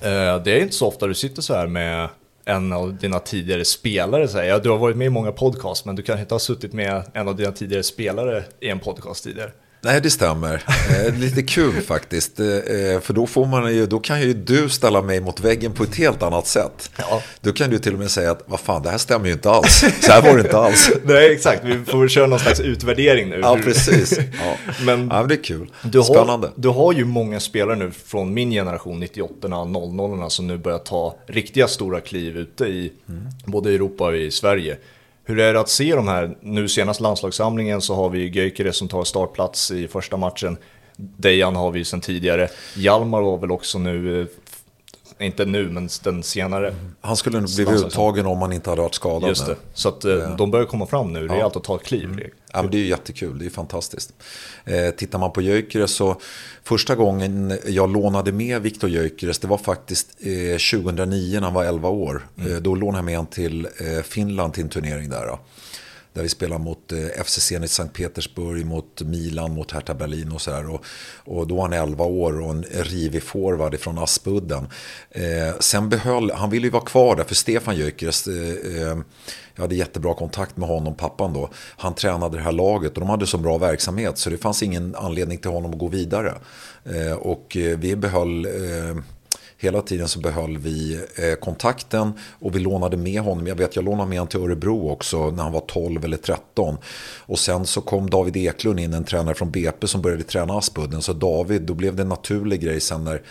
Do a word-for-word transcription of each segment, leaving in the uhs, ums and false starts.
Det är inte så ofta du sitter så här med en av dina tidigare spelare. Så här. Ja, du har varit med i många podcasts, men du kanske inte har suttit med en av dina tidigare spelare i en podcast tidigare. Nej, det stämmer. Eh, lite kul faktiskt. Eh, för då får man ju, då kan ju du ställa mig mot väggen på ett helt annat sätt. Ja. Då kan du till och med säga att vad fan, det här stämmer ju inte alls. Så här var det inte alls. Nej, exakt. Vi får väl köra någon slags utvärdering nu. Ja, precis. Ja. Men ja, det är kul. Du Spännande. Har, du har ju många spelare nu från min generation, nittioåtta noll noll som nu börjar ta riktiga stora kliv ute i mm. både Europa och i Sverige. Hur är det att se de här, nu senast landslagssamlingen så har vi Gyökeres som tar startplats i första matchen. Dejan har vi sedan tidigare. Hjalmar var väl också nu, inte nu men den senare. Han skulle nog bli uttagen om han inte hade varit skadad. Just det, så att ja. de börjar komma fram nu, det är ja. allt att ta ett kliv. Mm. Ja, men det är ju jättekul, det är fantastiskt. Eh, tittar man på Gyökeres så första gången jag lånade med Viktor Gyökeres, det var faktiskt eh, tjugohundranio när han var elva år. Mm. Eh, då lånade jag med han till eh, Finland till en turnering där. Då. Där vi spelar mot eh, F C Zenit Sankt Petersburg, mot Milan, mot Hertha Berlin och sådär. Och, och då var han elva år och en rivig forward från Aspudden. Eh, sen behöll, han ville ju vara kvar där för Stefan Gyökeres. Eh, eh, jag hade jättebra kontakt med honom, pappan då. Han tränade det här laget och de hade så bra verksamhet så det fanns ingen anledning till honom att gå vidare. Eh, och eh, vi behöll... Eh, Hela tiden så behöll vi eh, kontakten och vi lånade med honom. Jag vet, jag lånade med honom till Örebro också när han var tolv eller tretton. Och sen så kom David Eklund in, en tränare från B P som började träna Aspudden. Så David, då blev det en naturlig grej sen när,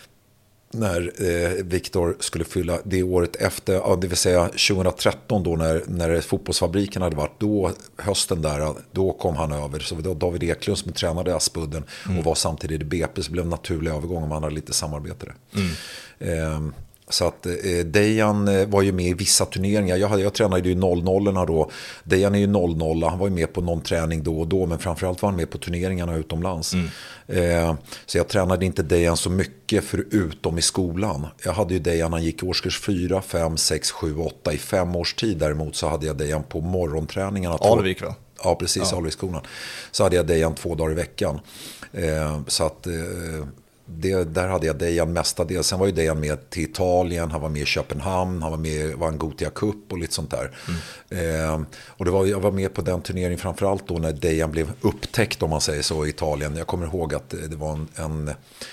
när eh, Viktor skulle fylla det året efter, ja, det vill säga tjugohundratretton då när, när fotbollsfabriken hade varit, då hösten där, då kom han över. Så det var David Eklund som tränade Aspudden mm. och var samtidigt i B P, så blev det en naturlig övergång om man hade lite samarbete där. Mm. Eh, så att eh, Dejan var ju med i vissa turneringar. Jag, hade, jag tränade ju noll noll-orna då. Dejan är ju noll noll, han var ju med på någon träning då och då, men framförallt var han med på turneringarna utomlands. Mm. Eh, så jag tränade inte Dejan så mycket förutom i skolan. Jag hade ju Dejan, han gick i årskurs fyra, fem, sex, sju, åtta. I fem års tid däremot så hade jag Dejan på morgonträningarna. Alvik va? Ja, precis, ja. Alvikskolan. Så hade jag Dejan två dagar i veckan. Eh, så att... Eh, Det, där hade jag Dejan mestadels. Sen var ju Dejan med till Italien, han var med i Köpenhamn, han var med var en Gothia Cup och lite sånt där. Mm. Eh, och det var, jag var med på den turneringen framförallt då när Dejan blev upptäckt, om man säger så, i Italien. Jag kommer ihåg att det var en, en,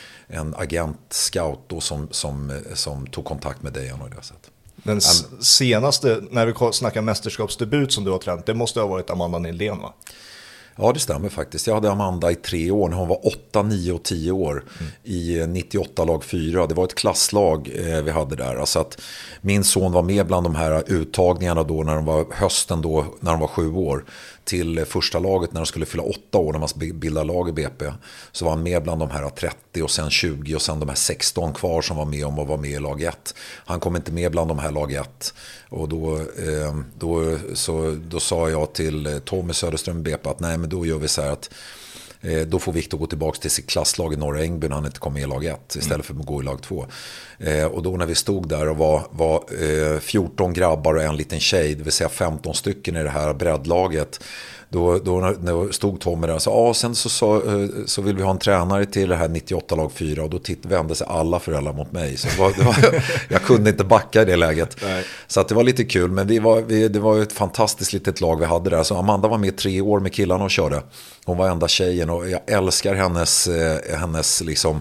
en agent-scout då som, som, som tog kontakt med Dejan och det sättet. Den s- senaste, när vi snackar mästerskapsdebut som du har tränat, det måste ha varit Amanda Nildén va? Ja, det stämmer faktiskt. Jag hade Amanda i tre år när hon var åtta, nio och tio år mm. i nittioåtta lag fyra. Det var ett klasslag eh, vi hade där. Alltså att min son var med bland de här uttagningarna då när de var hösten då, när de var sju år. Till första laget när de skulle fylla åtta år när man bildade lag i B P. Så var han med bland de här trettio och sen tjugo och sen de här sexton kvar som var med om att vara med i lag ett. Han kom inte med bland de här lag ett. Och då, eh, då, så, då sa jag till Tommy Söderström i B P att nej, men då gör vi så här att eh, då får Viktor gå tillbaka till sitt klasslag i Norra Ängby när han inte kom med i lag ett istället för att gå i lag två. Eh, och då när vi stod där och var, var eh, fjorton grabbar och en liten tjej, det vill säga femton stycken i det här breddlaget, då, då när stod Tommy där och sa, ja, sen så, så, så vill vi ha en tränare till det här nittioåtta lag fyra, och då titt, vände sig alla föräldrar mot mig. Så det var, det var, jag kunde inte backa i det läget. Nej. Så att det var lite kul, men vi var, vi, det var ett fantastiskt litet lag vi hade där. Så Amanda var med tre år med killarna och körde. Hon var enda tjejen och jag älskar hennes, eh, hennes liksom...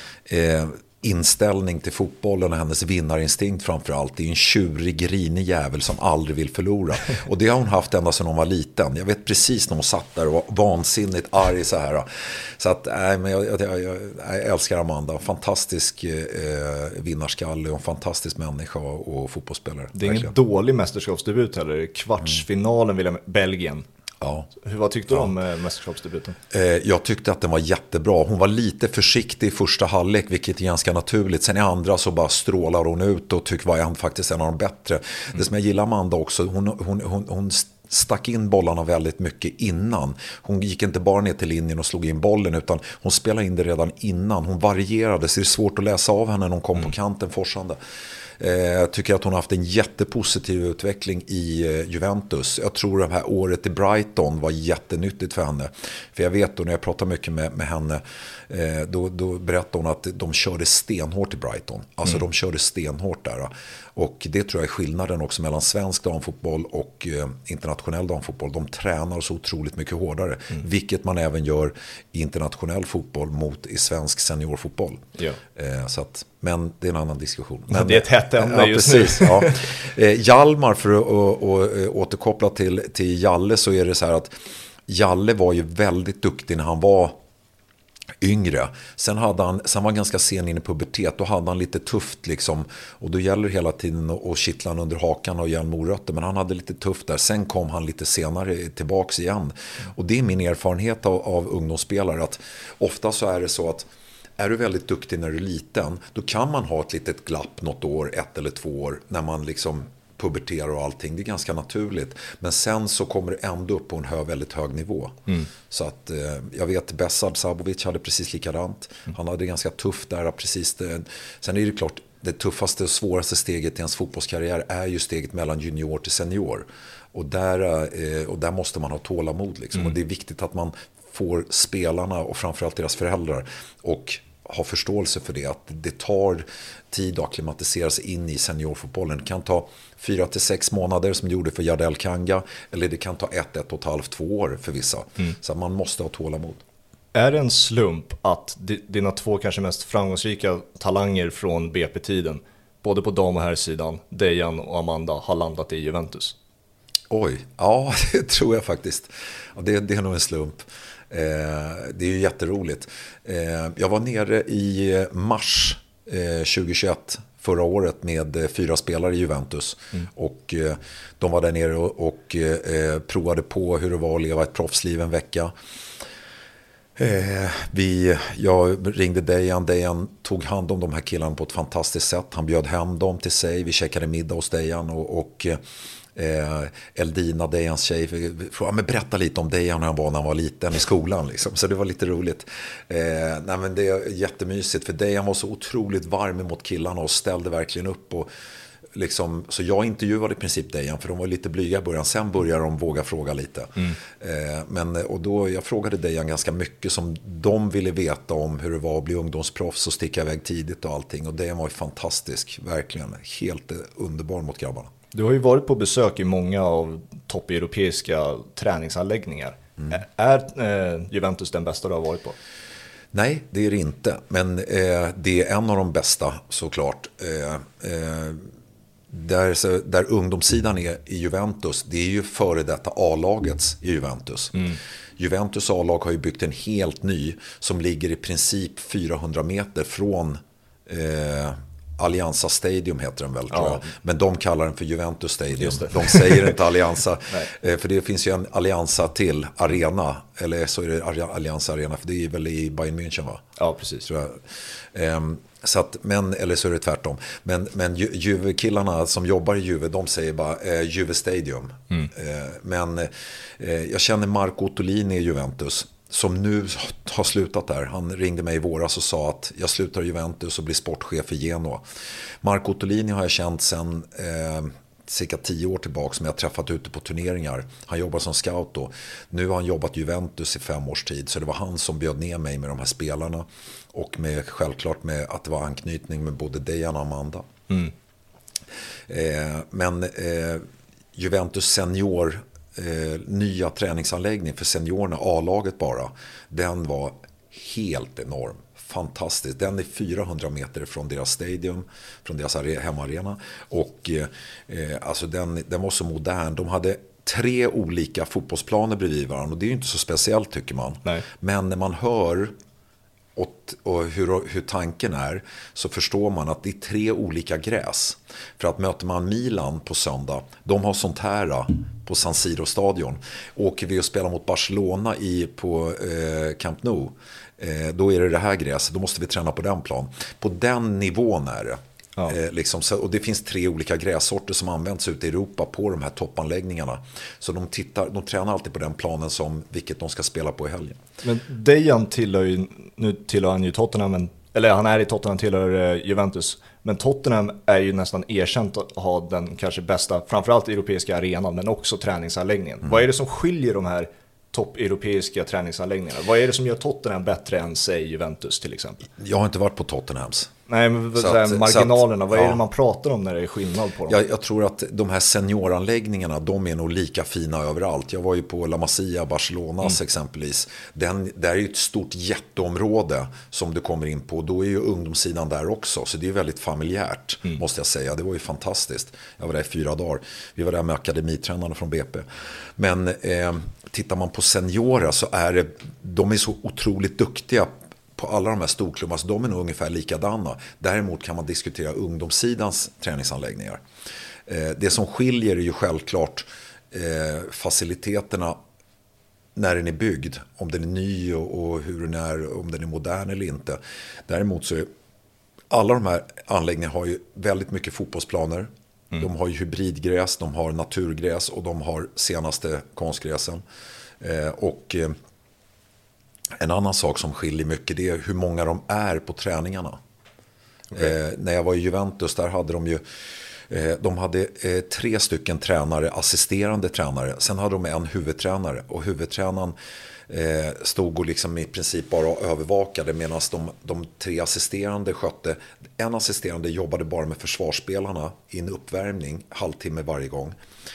Eh, inställning till fotbollen och hennes vinnarinstinkt framförallt. Det är en tjurig, grinig jävel som aldrig vill förlora. Och det har hon haft ända sedan hon var liten. Jag vet precis när hon satt där och var vansinnigt arg så här. Så att, nej, men jag, jag, jag, jag älskar Amanda. Fantastisk eh, vinnarskalle och en fantastisk människa och, och fotbollsspelare. Det är ingen dålig mästerskapsdebut heller. Kvartsfinalen vill jag med Belgien. Ja. Hur, vad tyckte du ja. om eh, mästerskapsdebuten? Eh, jag tyckte att den var jättebra. Hon var lite försiktig i första halvlek, vilket är ganska naturligt. Sen i andra så bara strålar hon ut och tycker var en, faktiskt en av de bättre. Mm. Det som jag gillar Amanda också, hon, hon, hon, hon stack in bollarna väldigt mycket innan. Hon gick inte bara ner till linjen och slog in bollen, utan hon spelade in det redan innan. Hon varierade, så det är svårt att läsa av henne när hon kom mm. på kanten forsande. Jag tycker att hon har haft en jättepositiv utveckling i Juventus. Jag tror det här året i Brighton var jättenyttigt för henne. För jag vet då när jag pratar mycket med, med henne, då, då berättade hon att de körde stenhårt i Brighton. Alltså mm. de körde stenhårt där. Och det tror jag är skillnaden också mellan svensk damfotboll och internationell damfotboll. De tränar så otroligt mycket hårdare. Mm. Vilket man även gör i internationell fotboll mot i svensk seniorfotboll. Ja. Så att, men det är en annan diskussion. Men, ja, det är ett hett ämne ja, just precis, nu. Ja. Hjalmar, för att och, och, återkoppla till, till Jalle, så är det så här att Jalle var ju väldigt duktig när han var yngre. Sen, hade han, sen var han ganska sen in i pubertet. Då hade han lite tufft liksom. Och då gäller det hela tiden att kittla han under hakan och igen morötter. Men han hade lite tufft där. Sen kom han lite senare tillbaks igen. Och det är min erfarenhet av, av ungdomsspelare. Att ofta så är det så att är du väldigt duktig när du är liten, då kan man ha ett litet glapp något år, ett eller två år, när man liksom puberterar och allting. Det är ganska naturligt. Men sen så kommer det ändå upp på en hö, väldigt hög nivå. Mm. Så att eh, jag vet, Besad Sabovic hade precis likadant. Mm. Han hade det ganska tufft där. Precis det. Sen är det klart, det tuffaste och svåraste steget i ens fotbollskarriär är ju steget mellan junior till senior. Och där, eh, och där måste man ha tålamod. Liksom. Mm. Och det är viktigt att man får spelarna och framförallt deras föräldrar och ha förståelse för det, att det tar tid att akklimatisera sig in i seniorfotbollen. Det kan ta fyra till sex månader som det gjorde för Jardel Kanga, eller det kan ta ett, ett och ett halvt, två år för vissa. Mm. Så man måste ha tålamod. Är det en slump att dina två kanske mest framgångsrika talanger från B P-tiden, både på dam- och herrsidan, Dejan och Amanda, har landat i Juventus? Oj, ja det tror jag faktiskt. Ja, det, det är nog en slump. Eh, det är ju jätteroligt. Eh, jag var nere i mars eh, tjugohundratjugoett förra året med eh, fyra spelare i Juventus. Mm. Och eh, de var där nere och, och eh, provade på hur det var att leva ett proffsliv en vecka. Eh, vi, jag ringde Dejan. Dejan tog hand om de här killarna på ett fantastiskt sätt. Han bjöd hem dem till sig. Vi käkade middag hos Dejan och, och Eh, Eldina, Dejans tjej, ja, men berätta lite om Dejan när han var när han var liten i skolan liksom. Så det var lite roligt. eh, nej, men det är jättemysigt, för Dejan var så otroligt varm mot killarna och ställde verkligen upp och liksom, så jag intervjuade i princip Dejan, för de var lite blyga i början. Sen började de våga fråga lite. Mm. eh, men, och då, jag frågade Dejan ganska mycket som de ville veta om hur det var att bli ungdomsproffs och sticka iväg tidigt och allting. Och Dejan var ju fantastisk, verkligen helt underbar mot grabbarna. Du har ju varit på besök i många av toppeuropeiska träningsanläggningar. Mm. Är eh, Juventus den bästa du har varit på? Nej, det är det inte. Men eh, det är en av de bästa såklart. Eh, eh, där, så, där ungdomssidan är i Juventus, det är ju före detta A-lagets i Juventus. Mm. Juventus A-lag har ju byggt en helt ny som ligger i princip fyrahundra meter från... Eh, Allianza Stadium heter den väl, tror jag. Men de kallar den för Juventus Stadium. De säger inte Allianza. För det finns ju en Allianza till arena. Eller så är det Allianza Arena. För det är väl i Bayern München, va? Ja, precis. Tror jag. Um, så att, men, eller så är det tvärtom. Men, men Ju- Juve-killarna som jobbar i Juve, de säger bara eh, Juve Stadium. Mm. Eh, men eh, jag känner Marco Ottolini i Juventus, som nu har slutat där. Han ringde mig i våras och sa att jag slutar i Juventus och blir sportchef i Genoa. Marco Ottolini har jag känt sedan eh, cirka tio år tillbaka, som jag har träffat ute på turneringar. Han jobbar som scout då. Nu har han jobbat i Juventus i fem års tid, så det var han som bjöd ner mig med de här spelarna. Och med, självklart med att det var anknytning med både Dejan och Amanda. Mm. Eh, men eh, Juventus senior... Eh, nya träningsanläggning för seniorerna, A-laget bara, den var helt enorm, fantastisk. Den är fyrahundra meter från deras stadium, från deras hemmaarena, och eh, alltså den, den var så modern. De hade tre olika fotbollsplaner bredvid varandra, och det är ju inte så speciellt, tycker man. Nej. Men när man hör och, och hur, hur tanken är, så förstår man att det är tre olika gräs. För att möter man Milan på söndag, de har sånt här på San Siro-stadion. Åker vi och spelar mot Barcelona i, på eh, Camp Nou, eh, då är det det här gräset, då måste vi träna på den plan. På den nivån är det. Ja. Eh, liksom, så, och det finns tre olika grässorter som används ute i Europa på de här toppanläggningarna. Så de, tittar, de tränar alltid på den planen som vilket de ska spela på i helgen. Men Dejan tillhör ju, nu tillhör han ju Tottenham, men, eller han är i Tottenham, tillhör uh, Juventus. Men Tottenham är ju nästan erkänt att ha den kanske bästa, framförallt europeiska arenan, men också träningsanläggningen. Mm. Vad är det som skiljer de här topp-europeiska träningsanläggningarna? Vad är det som gör Tottenham bättre än, säg, Juventus till exempel? Jag har inte varit på Tottenhams. Nej, men så att, marginalerna, att, vad är ja. det man pratar om när det är skillnad på dem? Jag, jag tror att de här senioranläggningarna, de är nog lika fina överallt. Jag var ju på La Masia, Barcelonas mm. exempelvis. Den, där är ju ett stort jätteområde som du kommer in på. Då är ju ungdomssidan där också. Så det är väldigt familjärt, mm. måste jag säga. Det var ju fantastiskt. Jag var där i fyra dagar. Vi var där med akademitränarna från B P. Men eh, tittar man på seniorer så är det, de är så otroligt duktiga på alla de här storklubbarna, så de är nog ungefär likadana. Däremot kan man diskutera ungdomssidans träningsanläggningar. Eh, det som skiljer är ju självklart eh, faciliteterna när den är byggd. Om den är ny och, och hur den är, om den är modern eller inte. Däremot så är alla de här anläggningarna har ju väldigt mycket fotbollsplaner. Mm. De har ju hybridgräs, de har naturgräs och de har senaste konstgräsen. Eh, och... Eh, En annan sak som skiljer mycket, det är hur många de är på träningarna. Okay. Eh, när jag var i Juventus, där hade de ju eh, de hade eh, tre stycken tränare, assisterande tränare. Sen hade de en huvudtränare, och huvudtränaren eh, stod och liksom i princip bara övervakade, medan de, de tre assisterande skötte. En assisterande jobbade bara med försvarsspelarna i en uppvärmning, halvtimme varje gång.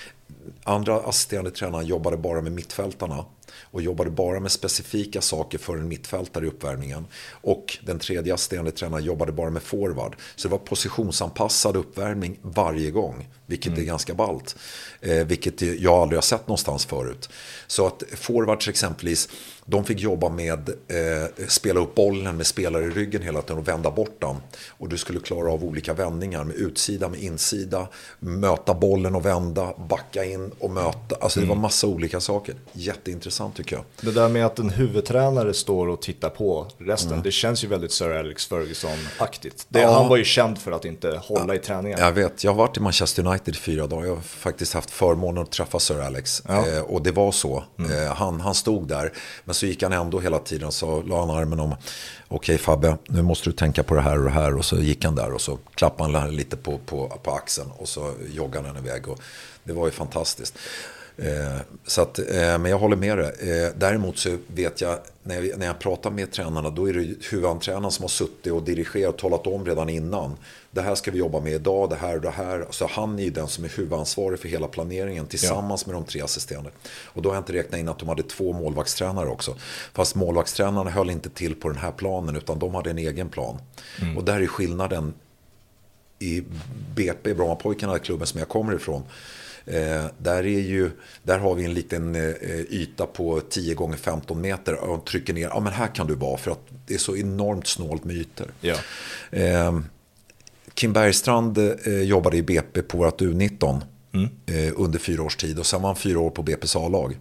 Andra assisterande tränaren jobbade bara med mittfältarna och jobbade bara med specifika saker för en mittfältare i uppvärmningen. Och den tredje assisterande tränaren jobbade bara med forward. Så det var positionsanpassad uppvärmning varje gång, vilket mm. är ganska ballt. Eh, vilket jag aldrig har sett någonstans förut. Så att forwards exempelvis, de fick jobba med eh, spela upp bollen med spelare i ryggen hela tiden och vända bort den. Och du skulle klara av olika vändningar med utsida, med insida, möta bollen och vända, backa in och möta. Alltså det var massa olika saker. Jätteintressant tycker jag. Det där med att en huvudtränare står och tittar på resten, mm. det känns ju väldigt Sir Alex Ferguson-aktigt. Det, ja. Han var ju känd för att inte hålla ja. i träningen. Jag vet, jag har varit i Manchester United i fyra dagar. Jag har faktiskt haft förmånen att träffa Sir Alex. Ja. Eh, och det var så. Mm. Eh, han, han stod där, men så gick han ändå hela tiden, så la han armen om, okej okay, Fabbe, nu måste du tänka på det här och det här, och så gick han där och så klappade han lite på, på, på axeln och så joggade han iväg, och det var ju fantastiskt. Eh, så att, eh, men jag håller med dig. Eh, däremot så vet jag när, jag, när jag pratar med tränarna, då är det huvudtränaren som har suttit och dirigerat och talat om redan innan. Det här ska vi jobba med idag, det här och det här. Så han är ju den som är huvudansvarig för hela planeringen tillsammans ja. med de tre assisterande. Och då har jag inte räknat in att de hade två målvaktstränare också. Fast målvaktstränarna höll inte till på den här planen, utan de hade en egen plan. Mm. Och där är skillnaden i B P, Brommapojkarna, klubben som jag kommer ifrån. Eh, där, är ju, där har vi en liten eh, yta på tio gånger femton meter och trycker ner, ja men här kan du vara, för att det är så enormt snålt med ytor. Ja. Eh, Kim Bergstrand eh, jobbade i B P på vårt U nitton mm. eh, under fyra års tid, och sen var han fyra år på B P:s A-lag.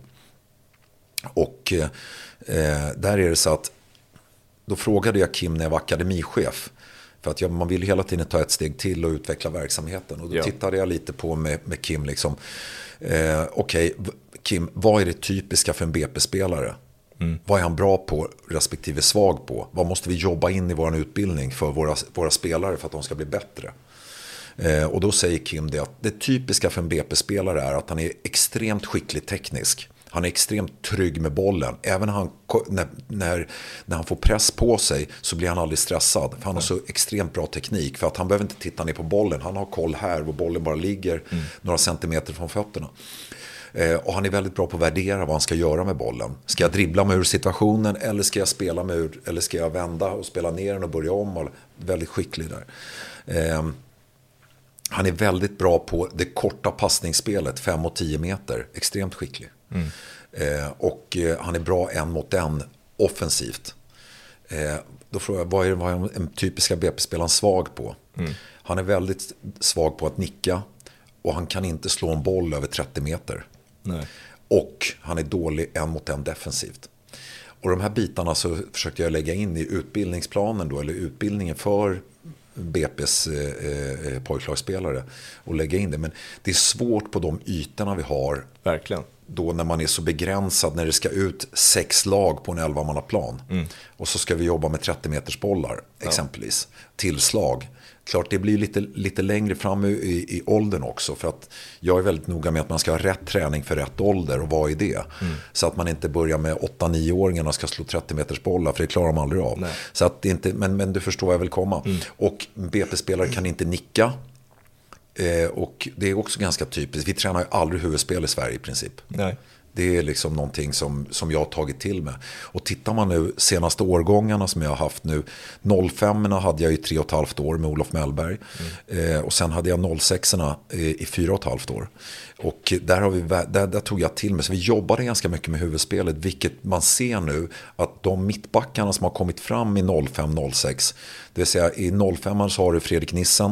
Och eh, där är det så att då frågade jag Kim när jag var akademichef, för att jag, man vill hela tiden ta ett steg till och utveckla verksamheten. Och då ja. tittade jag lite på med, med Kim. Liksom. Eh, Okej, okay, Kim, vad är det typiska för en B P-spelare? Mm. Vad är han bra på respektive svag på? Vad måste vi jobba in i vår utbildning för våra, våra spelare för att de ska bli bättre? Eh, och då säger Kim det att det typiska för en B P-spelare är att han är extremt skicklig teknisk. Han är extremt trygg med bollen. Även han, när, när, när han får press på sig så blir han aldrig stressad. För han har så extremt bra teknik. För att han behöver inte titta ner på bollen. Han har koll här hvor bollen bara ligger mm. några centimeter från fötterna. Eh, och han är väldigt bra på att värdera vad han ska göra med bollen. Ska jag dribbla mig ur situationen, eller ska jag spela mig ur, eller ska jag vända och spela ner den och börja om? Väldigt skicklig där. Eh, han är väldigt bra på det korta passningsspelet, fem och tio meter. Extremt skicklig. Mm. Eh, och eh, han är bra en mot en offensivt. Eh, då frågar jag, vad är, vad är en typiska B P-spelaren svag på? Mm. Han är väldigt svag på att nicka, och han kan inte slå en boll över trettio meter. Nej. Och han är dålig en mot en defensivt. Och de här bitarna så försökte jag lägga in i utbildningsplanen då, eller utbildningen för B P:s eh, pojklagsspelare, och lägga in det. Men det är svårt på de ytorna vi har. Verkligen. då när man är så begränsad, när det ska ut sex lag på en elva-mannaplan. Mm. Och så ska vi jobba med trettio meters bollar exempelvis, ja. Tillslag. Klart det blir lite, lite längre fram i, i åldern också, för att jag är väldigt noga med att man ska ha rätt träning för rätt ålder, och vad är det? Mm. Så att man inte börjar med åtta-nio-åringarna och ska slå trettio meters bollar, för det klarar man aldrig av. Nej. Så att det inte, men, men du förstår jag vill komma. Mm. Och B P-spelare kan inte nicka. Eh, och det är också ganska typiskt. Vi tränar ju aldrig huvudspel i Sverige i princip. Nej. Det är liksom någonting som, som jag har tagit till mig. Och tittar man nu senaste årgångarna som jag har haft nu. noll fem-orna hade jag i tre och ett halvt år med Olof Mellberg. Mm. Eh, och sen hade jag noll sex-orna i, i fyra och ett halvt år. Och där, har vi, där, där tog jag till mig. Så vi jobbade ganska mycket med huvudspelet. Vilket man ser nu att de mittbackarna som har kommit fram i noll fem noll sex. Det vill säga i noll fem så har du Fredrik Nissen.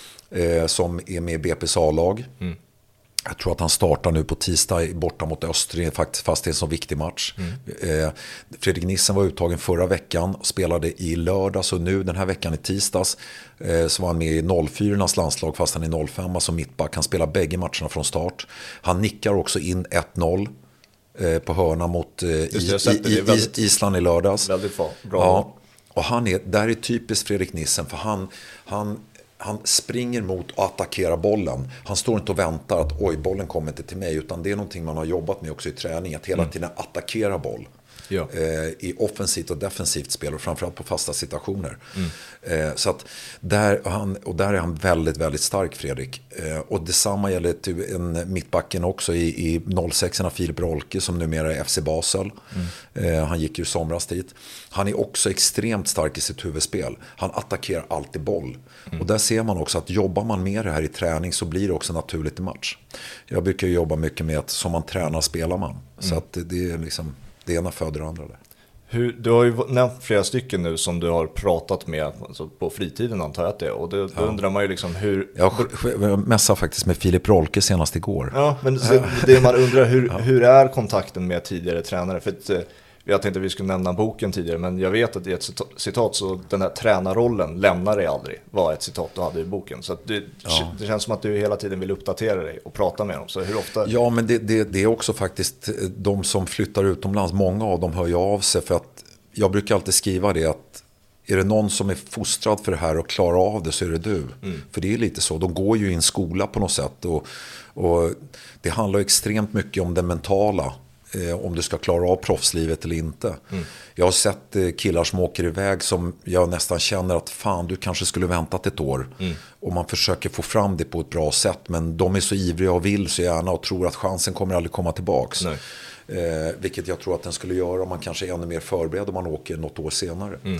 Eh, som är med i B P:s A-lag. Mm. Jag tror att han startar nu på tisdag borta mot Österrike, faktiskt, fast det är en så viktig match. Mm. Eh, Fredrik Nissen var uttagen förra veckan och spelade i lördags, och nu den här veckan i tisdags eh, så var han med i noll fyra-ornas landslag, fast han är noll fem som mittback. Han spelar bägge matcherna från start. Han nickar också in ett noll eh, på hörna mot eh, Just, i, i, i, väldigt, Island i lördags. Väldigt bra. Ja, och han är, där är typiskt Fredrik Nissen, för han... han Han springer mot och attackerar bollen. Han står inte och väntar att oj, bollen kommer inte till mig. Utan det är någonting man har jobbat med också i träning. Att hela mm. tiden attackera boll. Ja. Eh, I offensivt och defensivt spel. Och framförallt på fasta situationer. Mm. Eh, så att där, han, och där är han väldigt, väldigt stark, Fredrik. Eh, och detsamma gäller till en mittbacken också i, i noll sex-orna, Filip Rolke, som numera är F C Basel. Mm. Eh, han gick ju somras dit. Han är också extremt stark i sitt huvudspel. Han attackerar alltid boll. Mm. Och där ser man också att jobbar man med det här i träning så blir det också naturligt i match. Jag brukar jobba mycket med att som man tränar spelar man. Mm. Så att det är liksom, det ena föder det andra där. Hur, du har ju nämnt flera stycken nu som du har pratat med alltså på fritiden, antar jag att det är. Och då, då ja. undrar man ju liksom hur... Jag, jag mässade faktiskt med Filip Rolke senast igår. Ja, men det man undrar, hur, ja. hur är kontakten med tidigare tränare? För att, jag tänkte att vi skulle nämna boken tidigare, men jag vet att i ett citat så den här tränarrollen lämnar dig aldrig, var ett citat du hade i boken. Så att det, ja. det känns som att du hela tiden vill uppdatera dig och prata med dem. Så hur ofta? Ja, men det, det, det är också faktiskt de som flyttar utomlands, många av dem hör ju av sig, för att jag brukar alltid skriva det att är det någon som är fostrad för det här och klarar av det så är det du. Mm. För det är lite så, de går ju i en skola på något sätt och, och det handlar extremt mycket om det mentala. Om du ska klara av proffslivet eller inte. Mm. Jag har sett killar som åker iväg som jag nästan känner att fan, du kanske skulle väntat ett år. Mm. Och man försöker få fram det på ett bra sätt, men de är så ivriga och vill så gärna och tror att chansen kommer aldrig komma tillbaks. Eh, vilket jag tror att den skulle göra om man kanske är ännu mer förberedd om man åker något år senare. Mm.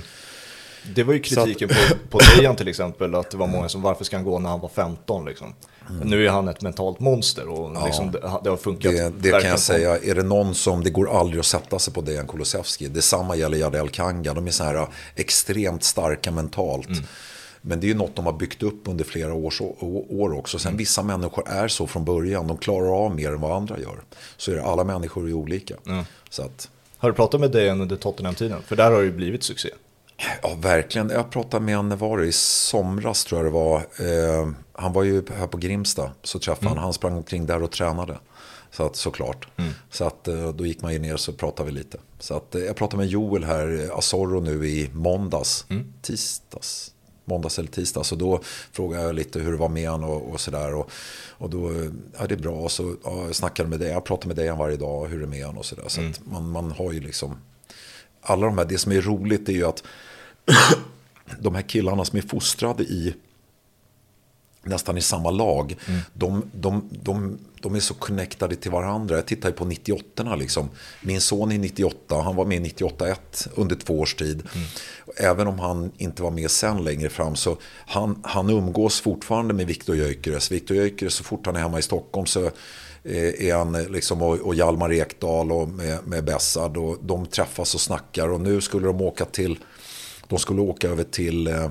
Det var ju kritiken att, på, på Dejan till exempel, att det var många som, varför ska han gå när han var femton liksom? Mm. Nu är han ett mentalt monster och ja, liksom det, det har funkat. Det, det kan jag säga, är det någon som, det går aldrig att sätta sig på Dejan Kulusevski. Detsamma gäller Jardel Kanga, de är så här extremt starka mentalt. Mm. Men det är ju något de har byggt upp under flera års, år också. Sen mm. vissa människor är så från början, de klarar av mer än vad andra gör. Så är det, alla människor är olika. Mm. Så att, har du pratat med Dejan under Tottenham-tiden? För där har det ju blivit succé. Ja, verkligen. Jag pratade med honom, var det i somras tror jag det var. Eh, han var ju här på Grimsta, så träffade mm. han. Han sprang omkring där och tränade. Så att, såklart. Mm. Så att då gick man ju ner så pratade vi lite. Så att jag pratade med Joel här, Asorro nu i måndags. Mm. Tisdags. Måndags eller tisdags. Och då frågade jag lite hur det var med han och, och sådär. Och, och då, ja det är bra. Så ja, jag snackade med dig. Jag pratade med dig varje dag, hur det är med han och sådär. Så mm. att man, man har ju liksom... Alla de här, det som är roligt är ju att de här killarna som är fostrade i nästan i samma lag, mm. de, de, de, de är så connectade till varandra. Jag tittar ju på nittioåtta liksom. Min son är nittioåtta, han var med i nittioåtta ett under två års tid. Mm. Även om han inte var med sen längre fram så han, han umgås fortfarande med Viktor Gyökeres. Viktor Gyökeres, så fort han är hemma i Stockholm så är han liksom, och, och Hjalmar Ekdal och med, med Bessard, och de träffas och snackar, och nu skulle de åka till de skulle åka över till eh,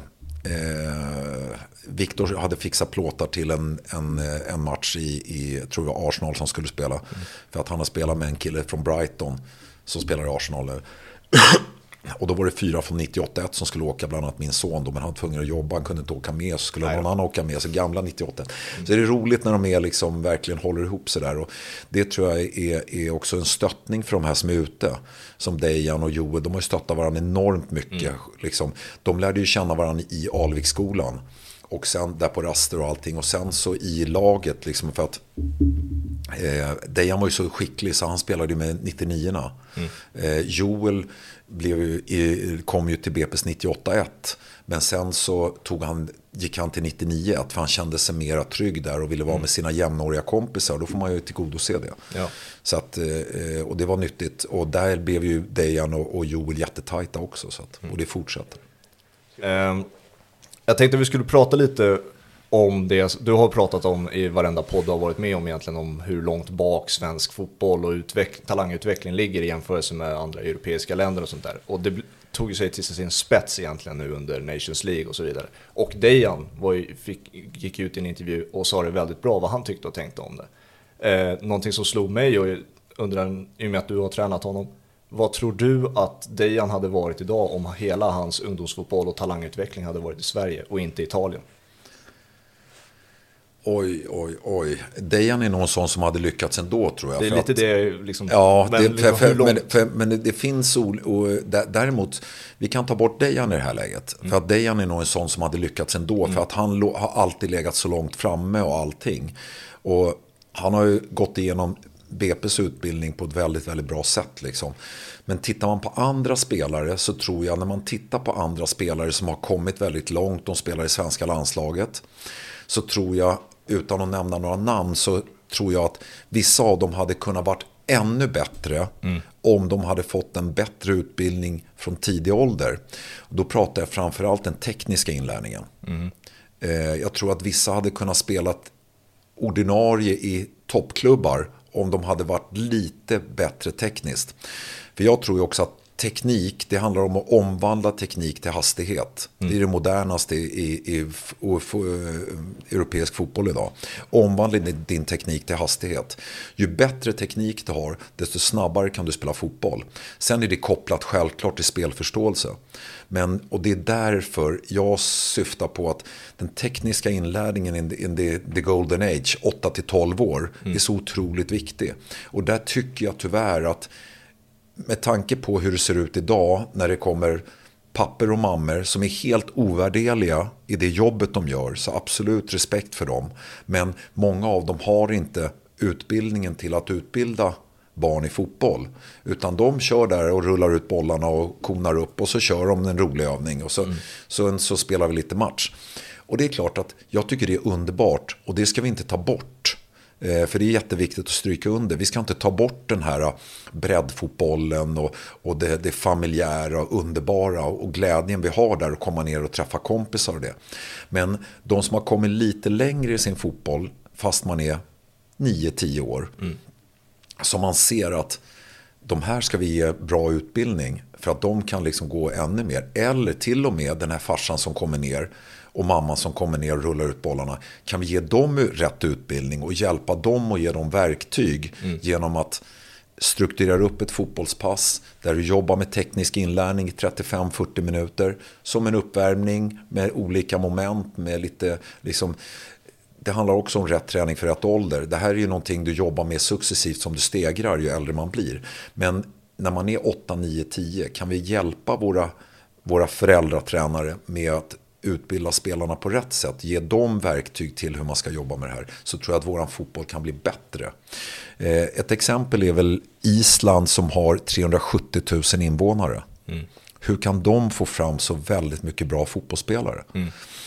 Viktor hade fixat plåtar till en, en, en match i, i tror jag Arsenal som skulle spela, mm. för att han har spelat med en kille från Brighton som spelar i Arsenal. Och då var det fyra från nittioåtta ett som skulle åka, bland annat min son då, men han var tvungen att jobba, han kunde inte åka med, så skulle någon annan åka med, så gamla nittioåtta. Mm. Så det är roligt när de är liksom, verkligen håller ihop sig där, och det tror jag är, är också en stöttning för de här som är ute, som Dejan och Joel, de har ju stöttat varandra enormt mycket. Mm. Liksom. De lärde ju känna varandra i Alviksskolan och sen där på raster och allting, och sen så i laget liksom, för att eh, Dejan var ju så skicklig så han spelade ju med nittionio-orna. Mm. eh, Joel blev ju, kom ju till B P:s nittioåtta ett, men sen så tog han, gick han till nittionio ett för han kände sig mera trygg där och ville vara mm. med sina jämnåriga kompisar, och då får man ju tillgodose det. Ja. Så att, eh, och det var nyttigt, och där blev ju Dejan och, och Joel jättetajta också, så att, mm. och det fortsätter. Um. Jag tänkte vi skulle prata lite om det du har pratat om i varenda podd du har varit med om, egentligen om hur långt bak svensk fotboll och utveck- talangutveckling ligger i jämförelse med andra europeiska länder och sånt där. Och det tog ju sig till sin spets egentligen nu under Nations League och så vidare. Och Dejan var ju, fick, gick ut i en intervju och sa det väldigt bra vad han tyckte och tänkte om det. Eh, någonting som slog mig, och under en, i och med att du har tränat honom, vad tror du att Dejan hade varit idag om hela hans ungdomsfotboll och talangutveckling hade varit i Sverige och inte i Italien? Oj, oj, oj. Dejan är någon sån som hade lyckats ändå, tror jag. Det är för lite att, det liksom... Ja, men, det, liksom, för, för, men, för, men det finns... Och, och, däremot, vi kan ta bort Dejan i det här läget. Mm. För att Dejan är nog en sån som hade lyckats ändå. Mm. För att han lo, har alltid legat så långt framme och allting. Och han har ju gått igenom B P:s utbildning på ett väldigt, väldigt bra sätt liksom. Men tittar man på andra spelare, så tror jag, när man tittar på andra spelare som har kommit väldigt långt, de spelar i svenska landslaget, så tror jag, utan att nämna några namn, så tror jag att vissa av dem hade kunnat varit ännu bättre mm. om de hade fått en bättre utbildning från tidig ålder. Då pratar jag framförallt den tekniska inlärningen. Mm. Jag tror att vissa hade kunnat spela ordinarie i toppklubbar om de hade varit lite bättre tekniskt. För jag tror ju också att teknik, det handlar om att omvandla teknik till hastighet. Mm. Det är det modernaste i, i, i, i, i europeisk fotboll idag. Omvandla din teknik till hastighet. Ju bättre teknik du har, desto snabbare kan du spela fotboll. Sen är det kopplat självklart till spelförståelse. Men, och det är därför jag syftar på att den tekniska inlärningen in the, in the, the golden age, åtta till tolv år, mm. är så otroligt viktig. Och där tycker jag tyvärr att, med tanke på hur det ser ut idag, när det kommer papper och mammor som är helt ovärdeliga i det jobbet de gör, så absolut respekt för dem. Men många av dem har inte utbildningen till att utbilda barn i fotboll, utan de kör där och rullar ut bollarna och konar upp, och så kör de en rolig övning, och så, mm. så, så spelar vi lite match. Och det är klart att jag tycker det är underbart, och det ska vi inte ta bort. För det är jätteviktigt att stryka under. Vi ska inte ta bort den här breddfotbollen och, och det, det familjära och underbara och glädjen vi har där att komma ner och träffa kompisar och det. Men de som har kommit lite längre i sin fotboll, fast man är nio tio år, mm. så man ser att de här ska vi ge bra utbildning för att de kan liksom gå ännu mer. Eller till och med den här farsan som kommer ner och mamman som kommer ner och rullar ut bollarna, kan vi ge dem rätt utbildning och hjälpa dem och ge dem verktyg mm. genom att strukturera upp ett fotbollspass där du jobbar med teknisk inlärning i trettiofem till fyrtio minuter som en uppvärmning med olika moment, med lite liksom, det handlar också om rätt träning för rätt ålder. Det här är ju någonting du jobbar med successivt som du stegrar ju äldre man blir. Men när man är åtta, nio, tio kan vi hjälpa våra, våra föräldratränare med att utbilda spelarna på rätt sätt, ge dem verktyg till hur man ska jobba med det här, så tror jag att våran fotboll kan bli bättre. Ett exempel är väl Island som har trehundrasjuttio tusen invånare. Mm. Hur kan de få fram så väldigt mycket bra fotbollsspelare? Mm.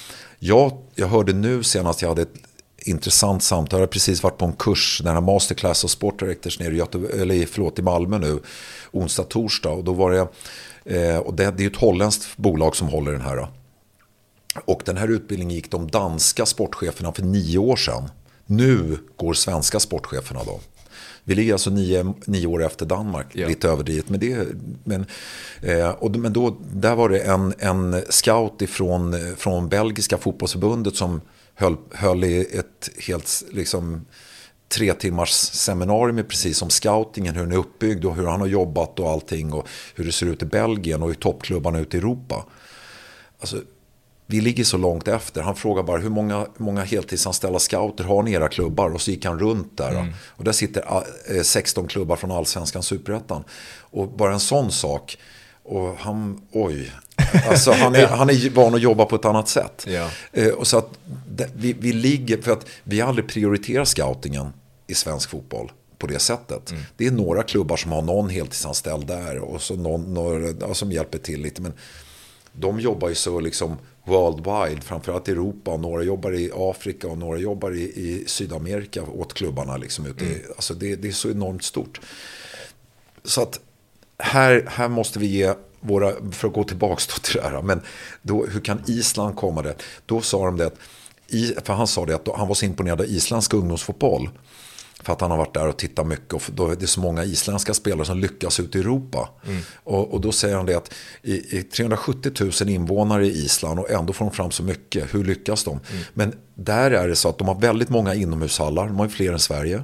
Jag, jag hörde nu senast, jag hade ett intressant samtal, jag har precis varit på en kurs, den här masterclass och sportdirektors nere i, Göte- eller, förlåt, i Malmö nu, onsdag, torsdag, och då var det, eh, och det, det är ett holländskt bolag som håller den här. Och den här utbildningen gick de danska sportcheferna för nio år sedan. Nu går svenska sportcheferna då. Vi ligger alltså nio, nio år efter Danmark, ja. Lite överdrivet. Men, det, men, eh, och, men då, där var det en, en scout ifrån, från belgiska fotbollsförbundet som höll, höll i ett helt liksom, tre timmars seminarium precis om scoutingen, hur den är uppbyggd och hur han har jobbat och allting och hur det ser ut i Belgien och i toppklubbarna ute i Europa. Alltså, vi ligger så långt efter. Han frågar bara hur många, hur många heltidsanställda scouter har ni i era klubbar? Och så gick han runt där. Mm. Och där sitter sexton klubbar från Allsvenskan Superettan. Och bara en sån sak. Och han, oj. Alltså han är, han är van att jobba på ett annat sätt. Ja. Och så att vi, vi ligger, för att vi aldrig prioriterar scoutingen i svensk fotboll på det sättet. Mm. Det är några klubbar som har någon heltidsanställd där och så någon, några som hjälper till lite. Men de jobbar ju så liksom worldwide, framförallt i Europa, och några jobbar i Afrika och några jobbar i, i Sydamerika åt klubbarna liksom ute. Mm. Alltså det, det är så enormt stort. Så att här, här måste vi ge våra, för att gå tillbaka till det här, men då, hur kan Island komma det? Då sa de det att, för han sa det att han var så imponerad av isländsk ungdomsfotboll. För att han har varit där och tittat mycket. Och då är det så många isländska spelare som lyckas ut i Europa. Mm. Och, och då säger han det att i, i trehundrasjuttio tusen invånare i Island och ändå får de fram så mycket. Hur lyckas de? Mm. Men där är det så att de har väldigt många inomhushallar. De har ju fler än Sverige.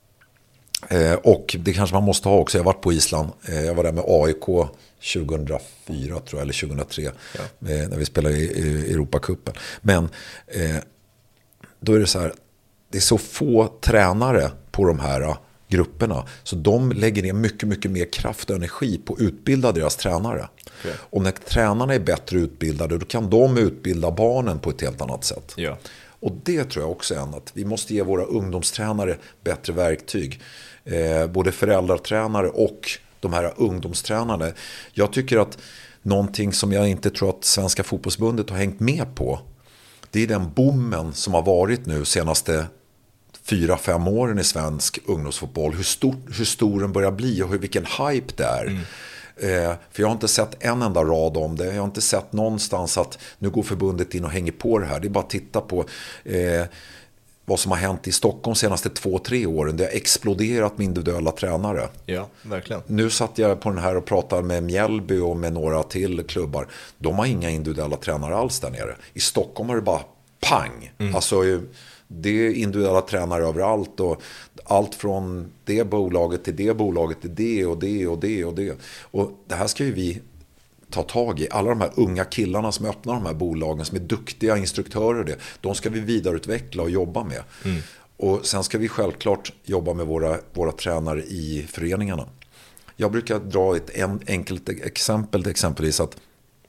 Eh, och det kanske man måste ha också. Jag har varit på Island. Eh, jag var där med A I K tjugohundrafyra tror jag, eller tjugohundratre. Ja. Eh, när vi spelade i, i Europacupen. Men eh, då är det så här. Det är så få tränare på de här grupperna. Så de lägger ner mycket, mycket mer kraft och energi på att utbilda deras tränare. Okay. Och när tränarna är bättre utbildade, då kan de utbilda barnen på ett helt annat sätt. Ja. Och det tror jag också är att vi måste ge våra ungdomstränare bättre verktyg. Eh, både föräldratränare och de här ungdomstränarna. Jag tycker att någonting som jag inte tror att Svenska fotbollsbundet har hängt med på, det är den bommen som har varit nu senaste fyra, fem åren i svensk ungdomsfotboll. Hur stor, hur stor den börjar bli och hur, vilken hype det är. Mm. Eh, för jag har inte sett en enda rad om det. Jag har inte sett någonstans att nu går förbundet in och hänger på det här. Det är bara att titta på eh, vad som har hänt i Stockholm de senaste två, tre åren. Det har exploderat med individuella tränare. Ja, verkligen. Nu satt jag på den här och pratade med Mjällby och med några till klubbar. De har inga individuella tränare alls där nere. I Stockholm har det bara pang. Mm. Alltså det är individuella tränare överallt och allt från det bolaget till det bolaget till det och det och det och det. Och det här ska ju vi ta tag i. Alla de här unga killarna som öppnar de här bolagen, som är duktiga instruktörer, det, de ska vi vidareutveckla och jobba med. Mm. Och sen ska vi självklart jobba med våra, våra tränare i föreningarna. Jag brukar dra ett en, enkelt exempel, exempelvis att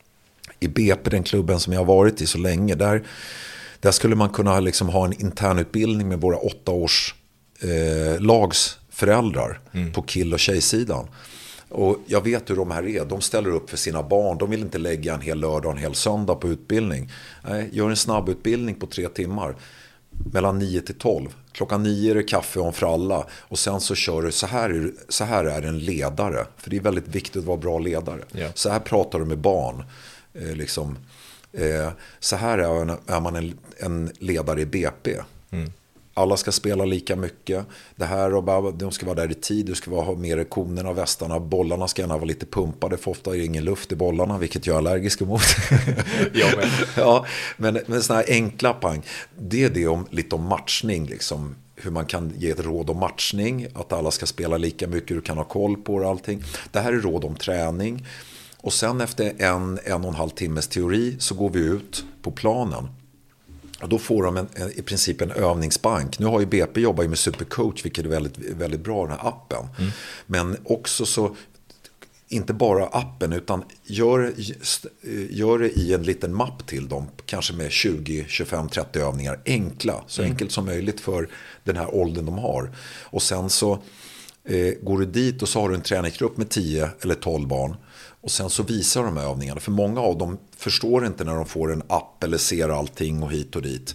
i B P, den klubben som jag har varit i så länge, där, där skulle man kunna liksom ha en internutbildning med våra åtta års eh, lags föräldrar mm. på kill- och tjejsidan. Och jag vet hur de här är. De ställer upp för sina barn. De vill inte lägga en hel lördag och en hel söndag på utbildning. Nej, gör en snabbutbildning på tre timmar. Mellan nio till tolv. Klockan nio är det kaffe om för alla. Och sen så kör du, så här är, så här är en ledare. För det är väldigt viktigt att vara bra ledare. Yeah. Så här pratar du med barn. Eh, liksom, eh, så här är, en, är man en, en ledare i B P. Mm. Alla ska spela lika mycket. Det här och bara, de ska vara där i tid. Du ska vara, ha mer konerna och västarna. Bollarna ska gärna vara lite pumpade. För ofta är det ingen luft i bollarna, vilket jag är allergisk emot. ja, men. ja, men, men sådana här enkla pang. Det är det om, lite om matchning. Liksom, hur man kan ge ett råd om matchning. Att alla ska spela lika mycket. Du kan ha koll på det och allting. Det här är råd om träning. Och sen efter en, en och en halv timmes teori så går vi ut på planen. Och då får de en, en, i princip en övningsbank. Nu har ju B P jobbat med Supercoach, vilket är väldigt, väldigt bra, den här appen. Mm. Men också så, inte bara appen, utan gör, gör det i en liten mapp till dem. Kanske med tjugo, tjugofem, trettio övningar. Enkla, så mm. enkelt som möjligt för den här åldern de har. Och sen så eh, går du dit och så har du en träningsgrupp med tio eller tolv barn. Och sen så visar de här övningarna. För många av dem förstår inte när de får en app eller ser allting och hit och dit.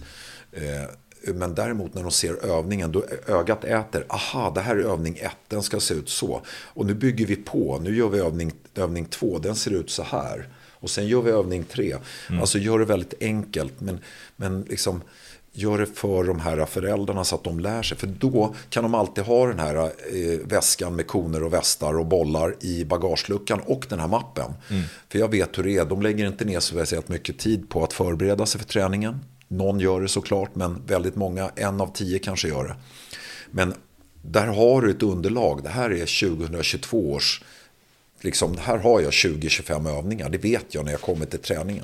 Eh, men däremot när de ser övningen, då ögat äter. Aha, det här är övning ett, den ska se ut så. Och nu bygger vi på, nu gör vi övning, övning två, den ser ut så här. Och sen gör vi övning tre. Mm. Alltså gör det väldigt enkelt, men, men liksom... Gör det för de här föräldrarna så att de lär sig. För då kan de alltid ha den här eh, väskan med koner och västar och bollar i bagageluckan och den här mappen. Mm. För jag vet hur det är. De lägger inte ner så väldigt mycket tid på att förbereda sig för träningen. Någon gör det såklart, men väldigt många, en av tio kanske gör det. Men där har du ett underlag. Det här är tjugohundratjugotvå års, liksom, här har jag tjugo till tjugofem övningar. Det vet jag när jag kommer till träningen.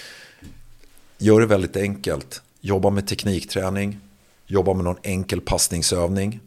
Gör det väldigt enkelt. Jobba med teknikträning. Jobba med någon enkel passningsövning.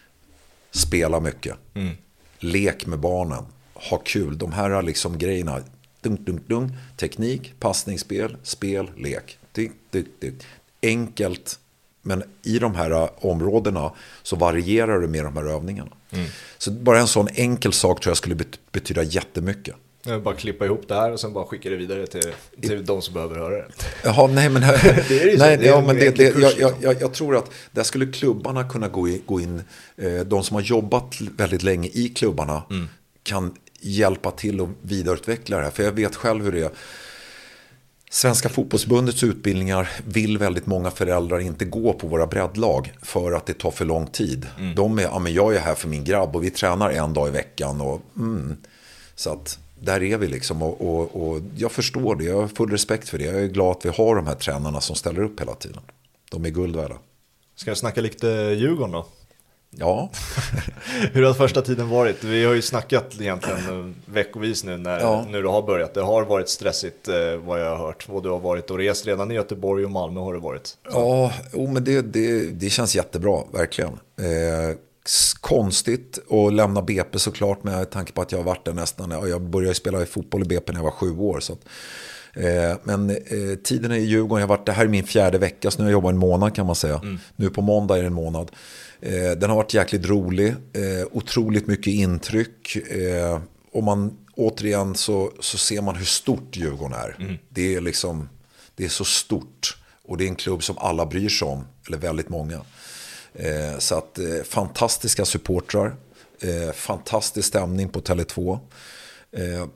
Spela mycket. Mm. Lek med barnen. Ha kul. De här liksom grejerna. Dunk, dunk, dunk. Teknik, passningsspel, spel, lek. Dunk, dunk, dunk. Enkelt. Men i de här områdena så varierar det med de här övningarna. Mm. Så bara en sån enkel sak tror jag skulle betyda jättemycket. Jag bara klippa ihop det här och sen bara skicka det vidare till, till de som behöver höra det. Jaha, nej men, det är ju nej, det är ja, men det, det, jag, jag, jag, jag tror att där skulle klubbarna kunna gå in, gå in eh, de som har jobbat väldigt länge i klubbarna mm. kan hjälpa till att vidareutveckla det här. För jag vet själv hur det är. Svenska fotbollsbundets utbildningar vill väldigt många föräldrar inte gå på våra breddlag för att det tar för lång tid. Mm. De är, ja men jag är här för min grabb och vi tränar en dag i veckan. Och, mm, så att där är vi liksom och, och, och jag förstår det, jag har full respekt för det. Jag är glad att vi har de här tränarna som ställer upp hela tiden. De är guld värda. Ska jag snacka lite Djurgården då? Ja. Hur har första tiden varit? Vi har ju snackat egentligen veckovis nu när ja. nu det har börjat. Det har varit stressigt eh, vad jag har hört. Och du har varit och rest redan i Göteborg och Malmö har det varit. Så. Ja, oh, men det, det, det känns jättebra, verkligen. Eh, konstigt att lämna B P såklart med tanke på att jag har varit där nästan. Jag började spela i fotboll i B P när jag var sju år så att, eh, men eh, tiden är i Djurgården, jag har varit, det här är min fjärde vecka så nu har jag jobbat en månad kan man säga. Mm. Nu på måndag är det en månad. Eh, den har varit jäkligt rolig, eh, otroligt mycket intryck eh, och man återigen så, så ser man hur stort Djurgården är. Mm. Det är liksom, det är så stort och det är en klubb som alla bryr sig om, eller väldigt många. Eh, så att eh, fantastiska supportrar, eh, fantastisk stämning på Tele två. Eh,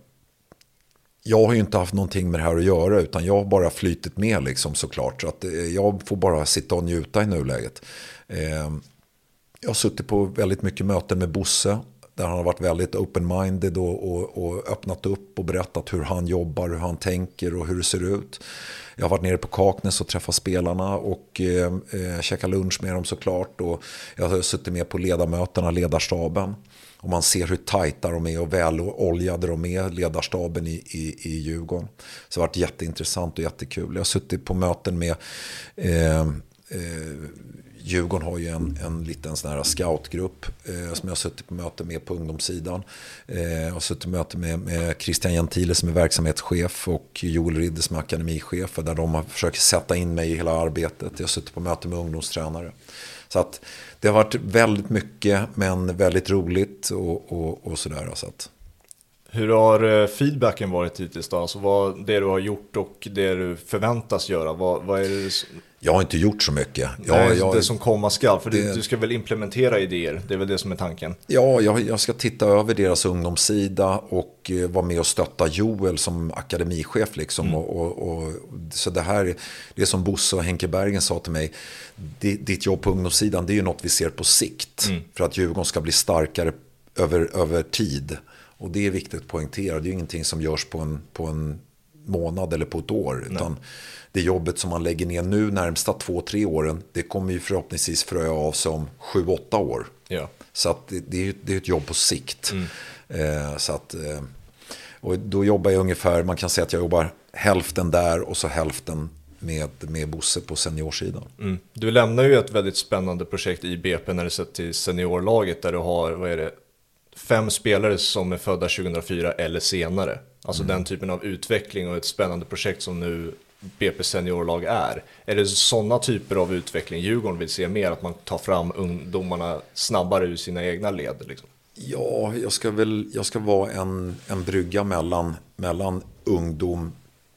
jag har ju inte haft någonting med det här att göra utan jag har bara flytit med liksom såklart. Så att eh, jag får bara sitta och njuta i nuläget. Eh, jag har suttit på väldigt mycket möten med Bosse där han har varit väldigt open-minded och, och, och öppnat upp och berättat hur han jobbar, hur han tänker och hur det ser ut. Jag har varit nere på Kaknäs och träffat spelarna och eh, eh, käkat lunch med dem såklart. Och jag har suttit med på ledarmötena, ledarstaben. Och man ser hur tajta de är och väl oljade de är, ledarstaben i, i, i Djurgården. Så det har varit jätteintressant och jättekul. Jag har suttit på möten med... Eh, eh, Djurgården har ju en, en liten sån här scoutgrupp eh, som jag har suttit på möte med på ungdomssidan. Eh, jag har suttit på möte med, med Christian Gentile som är verksamhetschef och Joel Ridder som är akademichef där de har försökt sätta in mig i hela arbetet. Jag har suttit på möte med ungdomstränare. Så att det har varit väldigt mycket men väldigt roligt och, och, och sådär. Så att. Hur har feedbacken varit hittills då? Alltså vad det du har gjort och det du förväntas göra, vad, vad är det? Jag har inte gjort så mycket. Jag, Nej, jag, det som komma skall, för det, du, du ska väl implementera idéer, det är väl det som är tanken. Ja, jag, jag ska titta över deras ungdomssida och eh, vara med och stötta Joel som akademichef liksom. Mm. Och, och, och, så det här, det som Bosse och Henke Bergen sa till mig, ditt jobb på ungdomssidan, det är ju något vi ser på sikt. Mm. För att Djurgården ska bli starkare över, över tid. Och det är viktigt att poängtera. Det är ju ingenting som görs på en, på en månad eller på ett år. Utan det jobbet som man lägger ner nu närmsta två, tre åren, det kommer ju förhoppningsvis fröja av sig om sju, åtta år. Ja. Så att det, det, är, det är ett jobb på sikt. Mm. Eh, så att, eh, och då jobbar jag ungefär, man kan säga att jag jobbar hälften där och så hälften med, med Bosse på seniorsidan. Mm. Du lämnar ju ett väldigt spännande projekt i B P när du sett till seniorlaget där du har, vad är det, fem spelare som är födda tjugohundrafyra eller senare. Alltså mm. den typen av utveckling och ett spännande projekt som nu B P seniorlag är. Är det sådana typer av utveckling Djurgården vill se mer? Att man tar fram ungdomarna snabbare ur sina egna led? Liksom? Ja, jag ska väl jag ska vara en, en brygga mellan, mellan ungdom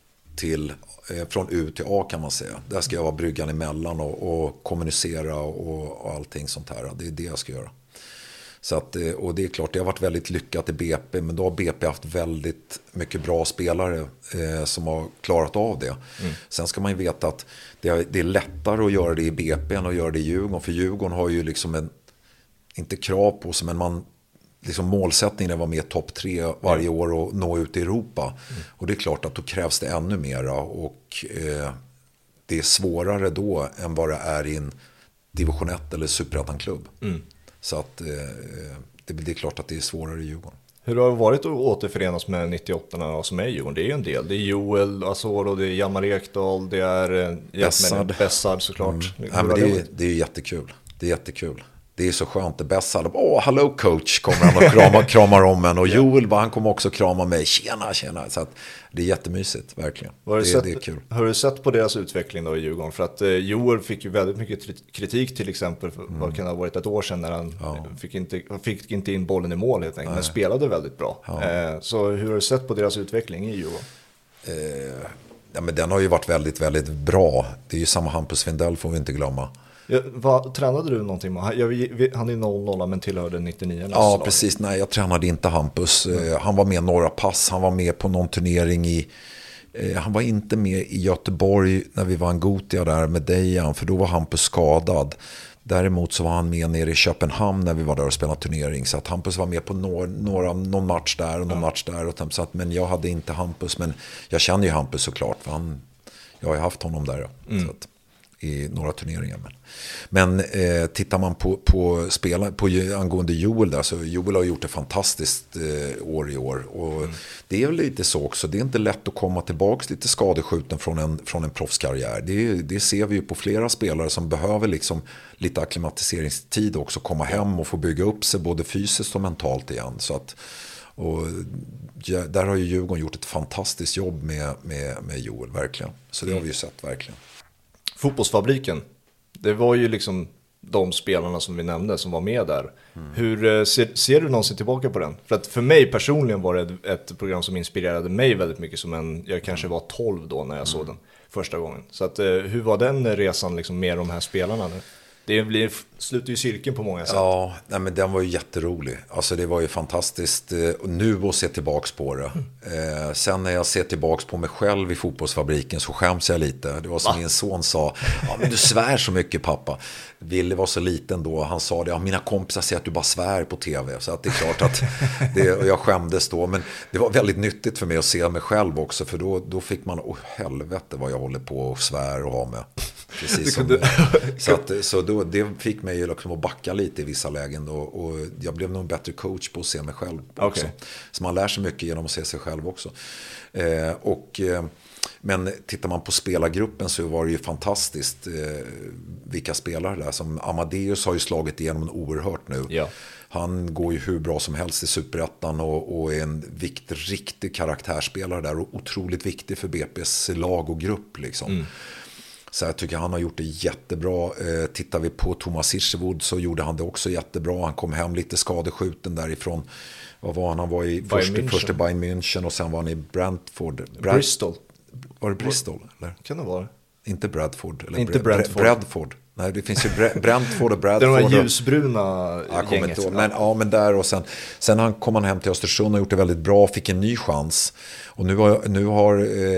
till, eh, från U till A kan man säga. Där ska jag vara bryggan emellan och, och kommunicera och, och allting sånt här. Det är det jag ska göra. Så att, och det är klart, det har varit väldigt lyckat i B P, men då har B P haft väldigt mycket bra spelare eh, som har klarat av det. Mm. Sen ska man ju veta att det är, det är lättare att göra det i B P än att göra det i Djurgården. För Djurgården har ju liksom en, inte krav på sig, men man, liksom målsättningen är att vara med topp tre varje mm. år och nå ut i Europa. Mm. Och det är klart att då krävs det ännu mera och eh, det är svårare då än vad det är i en division ett eller superettan-klubb. Mm. Så att eh, det, det är klart att det är svårare i Djurgården. Hur har det varit att återförenas med nittioåtta som är i Djurgården? Det är ju en del. Det är Joel Asoro, det är Hjalmar Ekdal, det är Bessard. Bessard såklart. Mm. Ja, men det, är, det är jättekul. Det är jättekul. Det är så skönt. Det Bessard, åh, hallå coach, kommer han och kramar, kramar om en. Och Joel, han kommer också krama mig. Tjena, tjena. Så att det är jättemysigt, verkligen. Har du, det, sett, det är kul. Har du sett på deras utveckling då i Djurgården? För att eh, Joel fick ju väldigt mycket kritik till exempel för mm. vad kan det ha varit ett år sedan när han ja. fick, inte, fick inte in bollen i mål helt enkelt, Nej. men spelade väldigt bra. Ja. Eh, så hur har du sett på deras utveckling i Djurgården? Eh, ja, men den har ju varit väldigt, väldigt bra. Det är ju samma Hampus Findell får vi inte glömma. Ja, vad, tränade du någonting med? Jag, han är noll noll men tillhörde nittionio. Ja, slag. Precis. Nej, jag tränade inte Hampus. Mm. Han var med några pass. Han var med på någon turnering i... Eh, han var inte med i Göteborg när vi var en Gotia där med Dejan. För då var Hampus skadad. Däremot så var han med nere i Köpenhamn när vi var där och spelade turnering. Så att Hampus var med på några, några, någon match där och någon mm. match där. Och så att, men jag hade inte Hampus. Men jag känner ju Hampus såklart. För han, jag har ju haft honom där. Mm. Så att, i några turneringar. Men, men eh, tittar man på, på, spela, på angående Joel där, så Joel har gjort ett fantastiskt eh, år i år. Och mm. det är väl lite så också. Det är inte lätt att komma tillbaka lite skadeskjuten från en, från en proffskarriär. Det, det ser vi ju på flera spelare som behöver liksom lite akklimatiseringstid också. Komma hem och få bygga upp sig både fysiskt och mentalt igen. Så att, och ja, där har ju Djurgården gjort ett fantastiskt jobb med, med, med Joel, verkligen. Så det mm. har vi ju sett, verkligen. Fotbollsfabriken, det var ju liksom de spelarna som vi nämnde som var med där. Mm. Hur ser, ser du någonsin tillbaka på den? För att för mig personligen var det ett program som inspirerade mig väldigt mycket, som en, jag kanske var tolv då när jag mm. såg den första gången. Så att, hur var den resan liksom med de här spelarna nu? Det blir, slutar ju cirkeln på många sätt. Ja, nej, men den var ju jätterolig. Alltså det var ju fantastiskt eh, nu att se tillbaks på det. Mm. Eh, sen när jag ser tillbaks på mig själv i fotbollsfabriken så skäms jag lite. Det var som Va? Min son sa, ja men du svär så mycket pappa. Ville var så liten då, han sa det, ja, mina kompisar säger att du bara svär på tv. Så att det är klart att det, och jag skämdes då. Men det var väldigt nyttigt för mig att se mig själv också. För då, då fick man, åh helvete vad jag håller på och svär och ha med. Precis som, så att, så då, det fick mig liksom att backa lite i vissa lägen då, och jag blev nog en bättre coach på att se mig själv också. Okay. Så man lär sig mycket genom att se sig själv också. Eh, och, eh, men tittar man på spelargruppen så var det ju fantastiskt eh, vilka spelare där. Som Amadeus har ju slagit igenom oerhört nu. Ja. Han går ju hur bra som helst i Superettan och, och är en vikt, riktig karaktärsspelare där och otroligt viktig för B P:s lag och grupp liksom. Mm. Så jag tycker han har gjort det jättebra. Eh, tittar vi på Thomas Hirschwood så gjorde han det också jättebra. Han kom hem lite skadeskjuten därifrån. Vad var han? Han var i första, första Bayern München och sen var han i Brentford. Brad, Bristol. Var det Bristol? Eller? Kan det vara? Inte Bradford. Eller inte Brentford. Bradford. Nej, det finns ju Brentford och Bradford. Det är de här ljusbruna ja, gänget. Inte, men, ja, men där och sen, sen han kom han hem till Östersund och gjort det väldigt bra. Fick en ny chans. Och nu har, nu har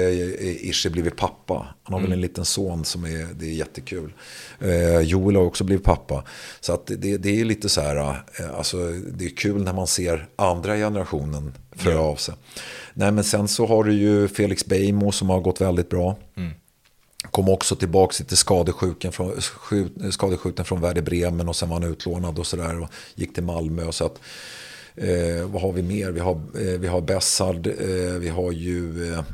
eh, Ische blivit pappa. Han har mm. väl en liten son som är, det är jättekul. Eh, Joel har också blivit pappa. Så att det, det är lite så här, eh, alltså, det är kul när man ser andra generationen föra mm. av sig. Nej, men sen så har du ju Felix Beijmo som har gått väldigt bra. Mm. Kom också tillbaka till skadeskjuten från, skadeskjuten från Werder Bremen och sen var han utlånad och sådär och gick till Malmö. Och så att, eh, vad har vi mer? Vi har, eh, vi har Bessard, eh, vi har ju eh,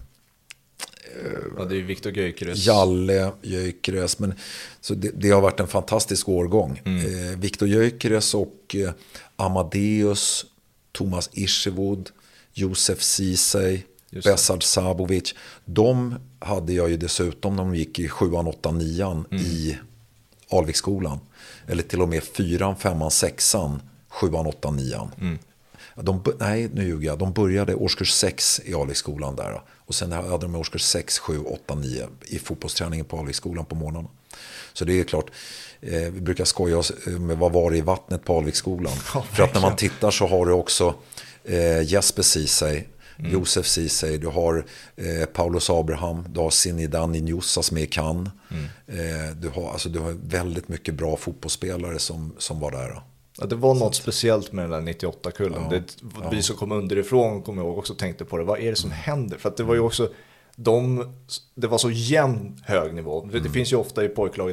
ja, det är Viktor Gyökeres. Jalle Gyökeres. Men, så det, det har varit en fantastisk årgång. Mm. Eh, Viktor Gyökeres och eh, Amadeus, Thomas Hirschwood, Josef Ceesay, Besard Sabovic. De hade jag ju dessutom när de gick i sjuan, åttan, nian mm. i Alviksskolan. Eller till och med fyran, femman, sexan, sjuan, åttan, nian. Mm. De, nej, nu ljuger jag. De började årskurs sex i Alviksskolan där. Och sen hade de årskurs sex, sju, åtta, nio i fotbollsträningen på Alviksskolan på morgonen. Så det är klart, eh, vi brukar skoja oss med vad var det i vattnet på Alviksskolan. Oh, för att när man tittar så har du också eh, Jesper Ceesay, Mm. Josef Ceesay, du har eh, Paulus Abraham, du har Zinedine Injussa som är i Cannes. Mm. Eh, du, har, alltså, du har väldigt mycket bra fotbollsspelare som, som var där. Ja, det var något så. Speciellt med den där nittioåtta-kullen. Ja, det, vi ja. som kom underifrån kommer jag också tänkte på det. Vad är det som händer? För att det var ju också de, det var så jämn hög nivå. Mm. Det finns ju ofta i pojklaget en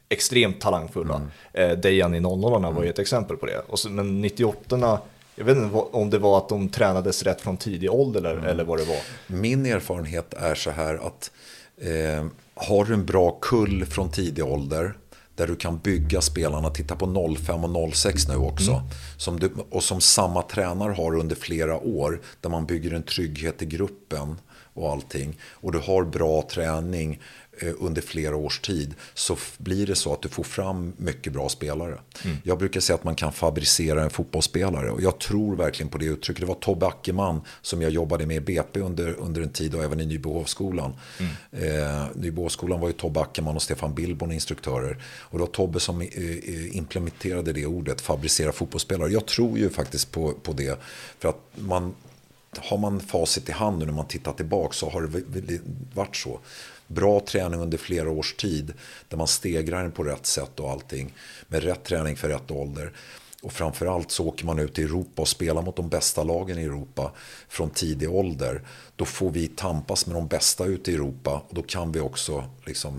extremt talangfulla. Mm. Eh, Dejan i noll noll mm. var ju ett exempel på det. Och så, men nittioåtta, jag vet inte om det var att de tränades rätt från tidig ålder eller, mm. eller vad det var. Min erfarenhet är så här att eh, har du en bra kull från tidig ålder där du kan bygga spelarna, titta på noll fem och noll sex nu också, mm. som du, och som samma tränare har under flera år, där man bygger en trygghet i gruppen och allting, och du har bra träning eh, under flera års tid, så f- blir det så att du får fram mycket bra spelare. Mm. Jag brukar säga att man kan fabricera en fotbollsspelare, och jag tror verkligen på det uttrycket. Det var Tobbe Ackerman som jag jobbade med i B P under, under en tid, och även i Nybohovsskolan. Mm. Eh, Nybohovsskolan var ju Tobbe Ackerman och Stefan Billborn instruktörer, och det var Tobbe som eh, implementerade det ordet, fabricera fotbollsspelare. Jag tror ju faktiskt på, på det, för att man har man facit i hand nu när man tittar tillbaka, så har det varit så. Bra träning under flera års tid, där man stegrar den på rätt sätt och allting, med rätt träning för rätt ålder. Och framförallt så åker man ut i Europa och spelar mot de bästa lagen i Europa från tidig ålder. Då får vi tampas med de bästa ute i Europa, och då kan vi också liksom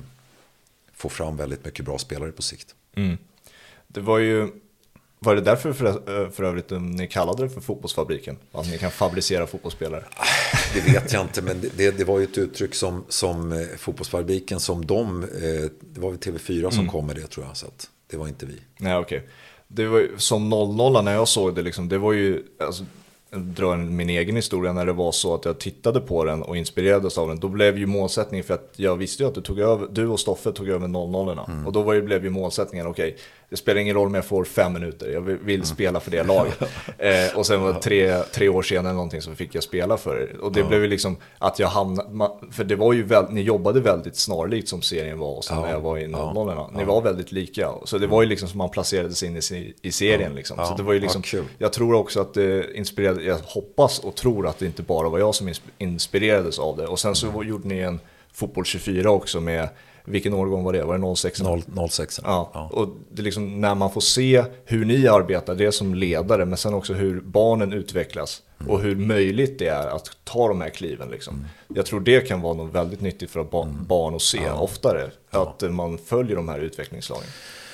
få fram väldigt mycket bra spelare på sikt. Mm. Det var ju... Var det därför för, för övrigt ni kallade det för fotbollsfabriken? Att ni kan fabricera fotbollsspelare? Det vet jag inte, men det, det var ju ett uttryck som, som fotbollsfabriken, som de, det var väl T V fyra som mm. kom med det, tror jag, så att det var inte vi. Nej, okej. Okay. Det var ju, som noll noll när jag såg det, liksom, det var ju, alltså, jag drar min egen historia, när det var så att jag tittade på den och inspirerades av den, då blev ju målsättningen, för att jag visste ju att du, tog över, du och Stoffe tog över noll noll mm. och då var ju, blev ju målsättningen, okej, okay, det spelar ingen roll om jag får fem minuter, jag vill, vill mm. spela för det laget. eh, och sen var det tre, tre år senare någonting så fick jag spela för det. Och det ja. blev ju liksom att jag hamnade, för det var ju väl, ni jobbade väldigt snarlikt som serien var, och sen ja. när jag var i noll noll, ja. ni ja. var väldigt lika, så det var ju liksom som man placerades in i, i serien ja. liksom. Så ja. det var ju liksom, ja, jag tror också att det inspirerade, jag hoppas och tror att det inte bara var jag som inspirerades av det. Och sen så mm. gjorde ni en fotboll tjugofyra också med, vilken årgång var det? Var det noll sex? noll sex. Ja. ja, och det är liksom när man får se hur ni arbetar, det som ledare, men sen också hur barnen utvecklas mm. och hur möjligt det är att ta de här kliven liksom. Mm. Jag tror det kan vara något väldigt nyttigt för barn, mm. barn att se ja. oftare, ja. att man följer de här utvecklingslagen.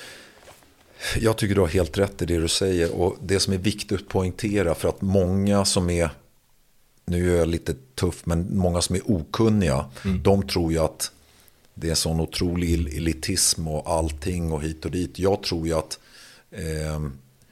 Jag tycker du har helt rätt i det du säger, och det som är viktigt att poängtera, för att många som är, nu är jag lite tuff, men många som är okunniga, mm. de tror ju att det är sån otrolig elitism och allting och hit och dit. Jag tror ju att eh,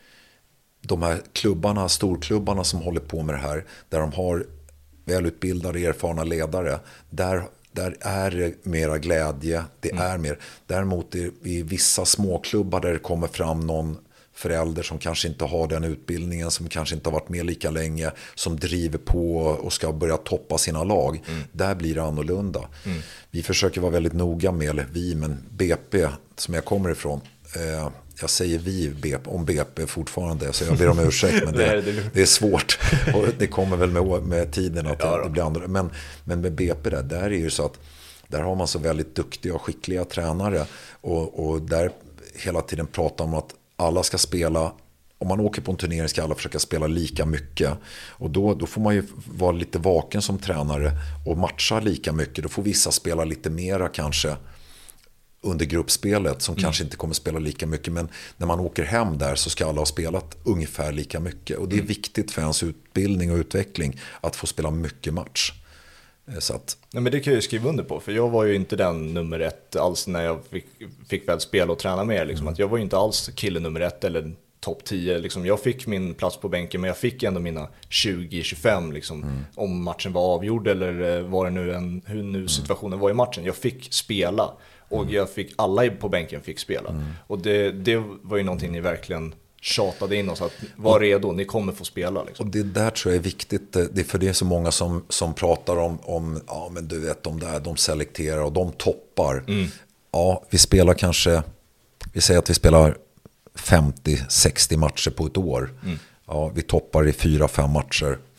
de här klubbarna, storklubbarna som håller på med det här, där de har välutbildade, erfarna ledare, där, där är det mera glädje, det mm. är mer. Däremot är i vissa småklubbar där det kommer fram någon förälder som kanske inte har den utbildningen, som kanske inte har varit med lika länge, som driver på och ska börja toppa sina lag. Mm. Där blir det annorlunda. Mm. Vi försöker vara väldigt noga med, eller vi, men B P som jag kommer ifrån, eh, jag säger vi B P, om B P fortfarande, så jag ber om ursäkt, men det, det är svårt, och det kommer väl med, med tiden att det, det blir andra. Men, men med B P där, där är ju så att där har man så väldigt duktiga och skickliga tränare, och, och där hela tiden pratar om att alla ska spela, om man åker på en turnering ska alla försöka spela lika mycket, och då, då får man ju vara lite vaken som tränare och matcha lika mycket. Då får vissa spela lite mera kanske under gruppspelet, som mm. kanske inte kommer spela lika mycket, men när man åker hem där så ska alla ha spelat ungefär lika mycket, och det är mm. viktigt för ens utbildning och utveckling att få spela mycket match. Så att... Nej, men det kan jag ju skriva under på, för jag var ju inte den nummer ett alls när jag fick, fick väl spela och träna med liksom. Mm. Att jag var ju inte alls kille nummer ett eller topp tio liksom. Jag fick min plats på bänken, men jag fick ändå mina tjugo tjugofem liksom, mm. om matchen var avgjord eller var det nu en, hur nu situationen mm. var i matchen. Jag fick spela, och mm. jag fick, alla på bänken fick spela, mm. och det, det var ju någonting ni verkligen tjatade in oss att var redo, ni kommer få spela liksom. Och det där tror jag är viktigt, det är för det är så många som, som pratar om, om ja men du vet, de där, de selekterar och de toppar. Mm. Ja, vi spelar kanske, vi säger att vi spelar femtio sextio matcher på ett år. Mm. Ja, vi toppar i fyra fem matcher.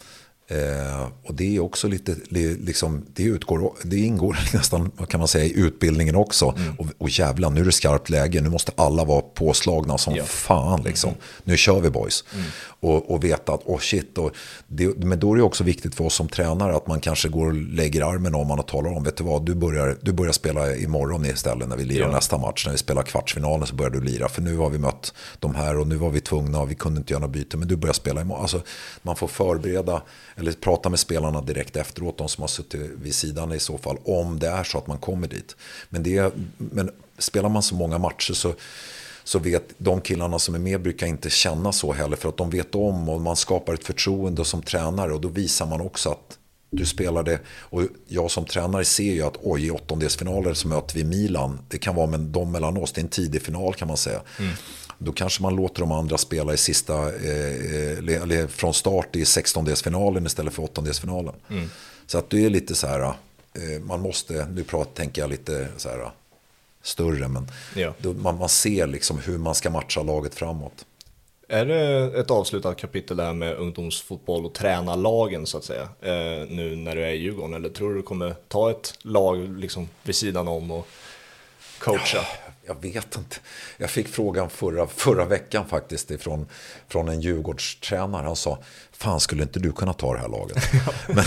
Eh, och det är också lite, liksom, det, utgår, det ingår nästan, kan man säga, i utbildningen också. Mm. Och, och jävlar, nu är det skarpt läge, nu måste alla vara påslagna som ja. fan liksom. Mm. Nu kör vi boys. Mm. Och, och veta att, oh shit, och det, men då är det också viktigt för oss som tränare att man kanske går och lägger armen om man och talar om, vet du vad, du börjar, du börjar spela imorgon istället när vi lirar ja. nästa match. När vi spelar kvartsfinalen så börjar du lira, för nu har vi mött de här och nu var vi tvungna och vi kunde inte göra något byte, men du börjar spela imorgon. Alltså, man får förbereda eller prata med spelarna direkt efteråt, de som har suttit vid sidan i så fall, om det är så att man kommer dit. Men, det, men spelar man så många matcher så, så vet de killarna som är med brukar inte känna så heller, för att de vet om och man skapar ett förtroende som tränare, och då visar man också att du spelar det. Och jag som tränare ser ju att oj, i åttondelsfinaler så möter vi Milan, det kan vara med dem mellan oss, det är en tidig final kan man säga. Mm. Då kanske man låter de andra spela i sista eh, eller från start i sextondelsfinalen istället för åttondelsfinalen. Mm. Så att det är lite så här, eh, man måste, nu pratar, tänker jag lite så här större, men ja. då, man, man ser liksom hur man ska matcha laget framåt. Är det ett avslutat kapitel där med ungdomsfotboll och träna lagen så att säga, eh, nu när du är i Djurgården, eller tror du du kommer ta ett lag liksom vid sidan om och coacha? Ja. Jag vet inte. Jag fick frågan förra, förra veckan faktiskt ifrån, från en Djurgårdstränare. Han sa, fan skulle inte du kunna ta det här laget? Men,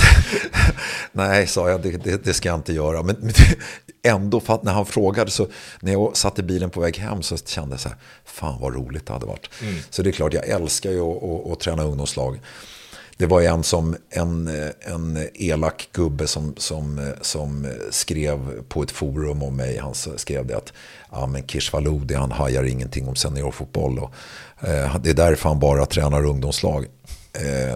nej, sa jag, det, det, det ska jag inte göra. Men, men ändå, för att när han frågade, så när jag satt i bilen på väg hem så kände jag så här, fan vad roligt det hade varit. Mm. Så det är klart, jag älskar ju att, att, att träna ungdomslag. Det var en som en, en elak gubbe som, som, som skrev på ett forum om mig. Han skrev det att ja, men Kish Walloudi, han hajar ingenting om seniorfotboll. Och, eh, det är därför han bara tränar ungdomslag. Eh,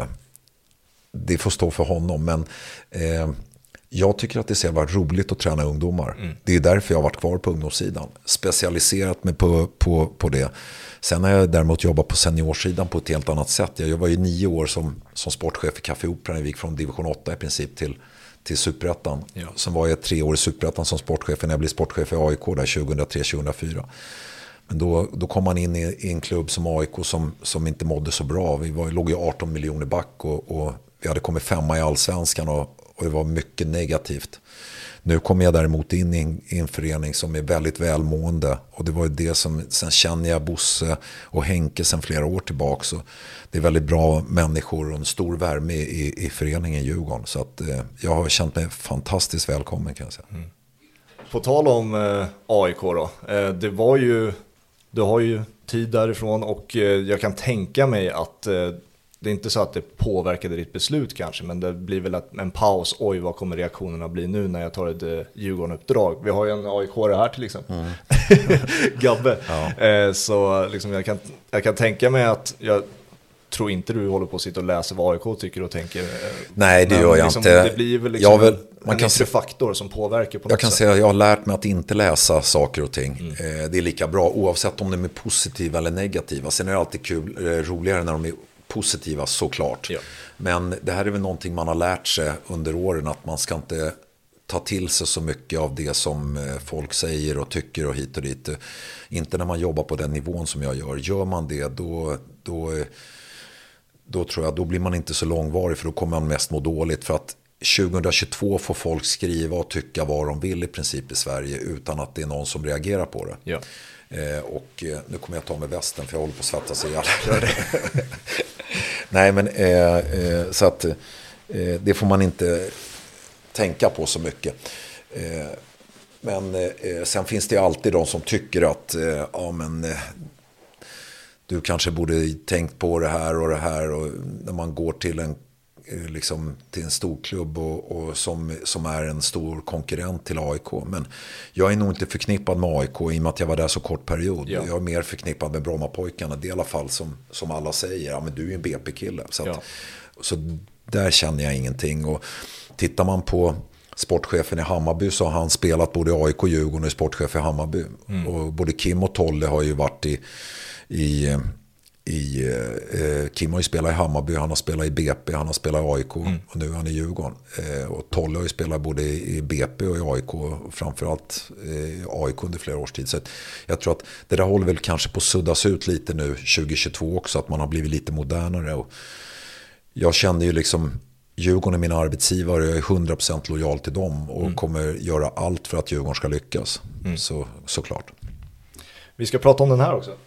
det får stå för honom. Men eh, jag tycker att det ser vara roligt att träna ungdomar. Mm. Det är därför jag har varit kvar på ungdomssidan. Specialiserat mig på, på, på det. Sen har jag däremot jobbat på seniorsidan på ett helt annat sätt. Jag var ju nio år som, som sportchef i Café Opera. Jag gick från division åtta i princip till, till Superettan. Ja. Sen var jag tre år i Superettan som sportchef när jag blev sportchef i A I K där tjugohundratre tjugohundrafyra. Men då, då kom man in i, i en klubb som A I K som, som inte mådde så bra. Vi var, låg ju arton miljoner back och, och vi hade kommit femma i Allsvenskan och, och det var mycket negativt. Nu kommer jag däremot in i en, i en förening som är väldigt välmående, och det var ju det som, sen känner jag Bosse och Henke sen flera år tillbaka, så det är väldigt bra människor och en stor värme i, i föreningen Djurgården, så att eh, jag har känt mig fantastiskt välkommen kan jag säga. Mm. På tal om eh, A I K då, eh, det var ju, du har ju tid därifrån och eh, jag kan tänka mig att eh, det är inte så att det påverkade ditt beslut kanske, men det blir väl en paus. Oj, vad kommer reaktionerna bli nu när jag tar ett uh, Djurgården-uppdrag? Vi har ju en A I K här till exempel. Mm. Gabbe. Ja. Eh, så liksom jag, kan, jag kan tänka mig att jag tror inte du håller på att sitta och läsa vad A I K tycker och tänker. Eh, Nej, det gör jag liksom, inte. Det blir väl liksom jag vill, man en kan se, faktor som påverkar på något Jag kan sätt. säga att jag har lärt mig att inte läsa saker och ting. Mm. Eh, det är lika bra oavsett om de är positiva eller negativa. Sen är det alltid kul, eh, roligare när de är positiva såklart. Ja. Men det här är väl någonting man har lärt sig under åren, att man ska inte ta till sig så mycket av det som folk säger och tycker och hit och dit. Inte när man jobbar på den nivån som jag gör. Gör man det då, då, då tror jag då blir man inte så långvarig, för då kommer man mest må dåligt. För att tjugohundratjugotvå får folk skriva och tycka vad de vill i princip i Sverige utan att det är någon som reagerar på det. Ja. Eh, och eh, nu kommer jag ta med västen för jag håller på att svettas ihjäl. Nej men eh, eh, så att eh, det får man inte tänka på så mycket. Eh, men eh, sen finns det alltid de som tycker att eh, ja men eh, du kanske borde tänkt på det här och det här, och när man går till en liksom till en stor klubb och, och som, som är en stor konkurrent till A I K. Men jag är nog inte förknippad med A I K i och med att jag var där så kort period. Ja. Jag är mer förknippad med Brommapojkarna. Det är i alla fall som, som alla säger, ja men du är en B P-kille. Så, att, ja. så där känner jag ingenting. Och tittar man på sportchefen i Hammarby så har han spelat både A I K, Djurgården och sportchef i Hammarby. Mm. Och både Kim och Tolle har ju varit i... i I, eh, Kim har ju spelat i Hammarby, han har spelat i B P, han har spelat i A I K mm. och nu är han i Djurgården. Eh, och Tolle har ju spelat både i B P och i A I K, och framförallt eh, A I K under flera års tid. Så jag tror att det där håller väl kanske på att suddas ut lite nu tjugohundratjugotvå också, att man har blivit lite modernare. Och jag kände ju liksom Djurgården är mina arbetsgivare, jag är hundra procent lojal till dem och mm. kommer göra allt för att Djurgården ska lyckas. Mm. Så, såklart. Vi ska prata om den här också.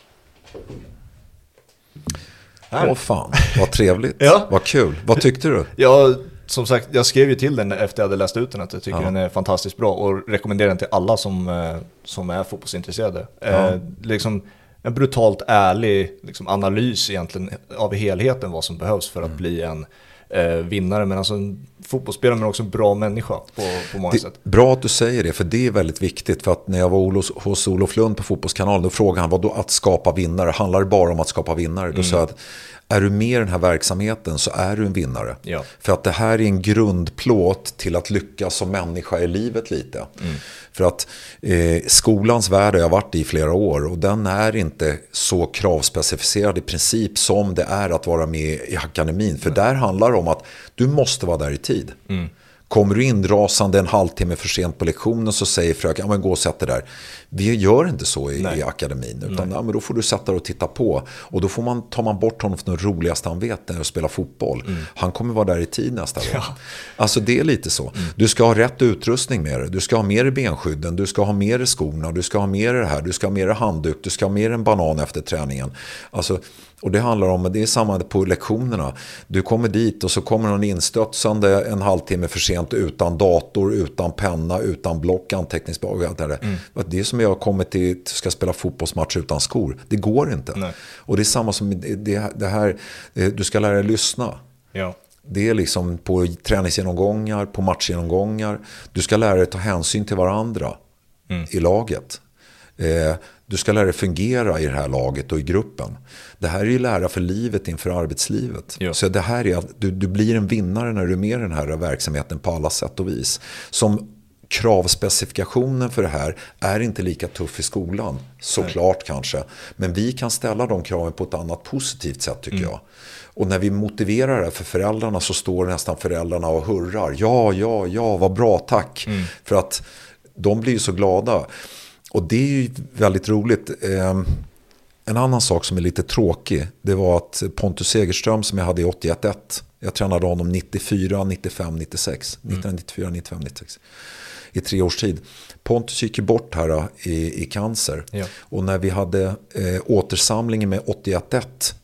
Åh oh, fan, vad trevligt. Ja. Vad kul. Vad tyckte du? Ja, som sagt, jag skrev ju till den efter jag hade läst ut den att jag tycker ja. den är fantastiskt bra och rekommenderar den till alla som, som är fotbollsintresserade. Ja. Eh, liksom en brutalt ärlig liksom, analys egentligen av helheten vad som behövs för att mm. bli en eh, vinnare, men alltså en fotbollsspelare men också en bra människa på, på många det, sätt. Bra att du säger det, för det är väldigt viktigt, för att när jag var Olos, hos Olof Lund på Fotbollskanalen, då frågade han vad då att skapa vinnare, handlar det bara om att skapa vinnare? Då mm. sa jag att är du med i den här verksamheten så är du en vinnare. Ja. För att det här är en grundplåt till att lyckas som människa i livet lite. Mm. För att eh, skolans värld har jag varit i flera år och den är inte så kravspecificerad i princip som det är att vara med i akademin. För mm. där handlar det om att du måste vara där i tid. Mm. Kommer du in rasande en halvtimme för sent på lektionen så säger fröken, ja men gå och sätt dig där. Vi gör inte så i, i akademin, utan ja, men då får du sätta dig och titta på. Och då får man, tar man bort honom från det roligaste han vet när jag spelar fotboll. Mm. Han kommer vara där i tid nästa gång. Ja. Alltså det är lite så. Mm. Du ska ha rätt utrustning med dig. Du ska ha mer i benskydden, du ska ha mer i skorna, du ska ha mer i det här, du ska ha mer i handduk, du ska ha mer en banan efter träningen. Alltså... Och det handlar om, det är samma på lektionerna. Du kommer dit och så kommer någon instötsande en halvtimme för sent utan dator, utan penna, utan block, anteckningsblock. Mm. Det är som jag har kommit till, ska spela fotbollsmatch utan skor. Det går inte. Nej. Och det är samma som det, det här, du ska lära dig lyssna. Ja. Det är liksom på träningsgenomgångar, på matchgenomgångar. Du ska lära dig ta hänsyn till varandra mm. i laget. Eh, du ska lära dig fungera i det här laget och i gruppen. Det här är ju lära för livet inför arbetslivet. Ja. Så det här är att du, du blir en vinnare när du är med i den här verksamheten på alla sätt och vis. Som kravspecifikationen för det här är inte lika tuff i skolan. Såklart Nej. Kanske. Men vi kan ställa de kraven på ett annat positivt sätt tycker mm. jag. Och när vi motiverar det för föräldrarna så står nästan föräldrarna och hurrar. Ja, ja, ja, vad bra, tack. Mm. För att de blir ju så glada. Och det är ju väldigt roligt. Eh, en annan sak som är lite tråkig, det var att Pontus Segerström som jag hade i åttioett ett, jag tränade honom nittiofyra, nittiofem, nittiosex, mm. nittonhundranittiofyra, nittiofem, nittiosex i tre års tid. Pontus gick ju bort här i, i cancer. Ja. Och när vi hade eh, återsamlingen med åttioett ett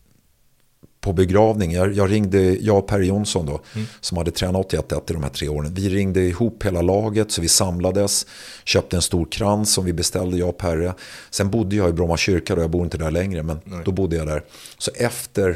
på begravning, jag, jag ringde, jag och Per Jonsson då, mm. som hade tränat åttioett ett i de här tre åren. Vi ringde ihop hela laget så vi samlades, köpte en stor krans som vi beställde, jag och Per. Sen bodde jag i Bromma kyrka då, jag bor inte där längre, men Nej. Då bodde jag där. Så efter,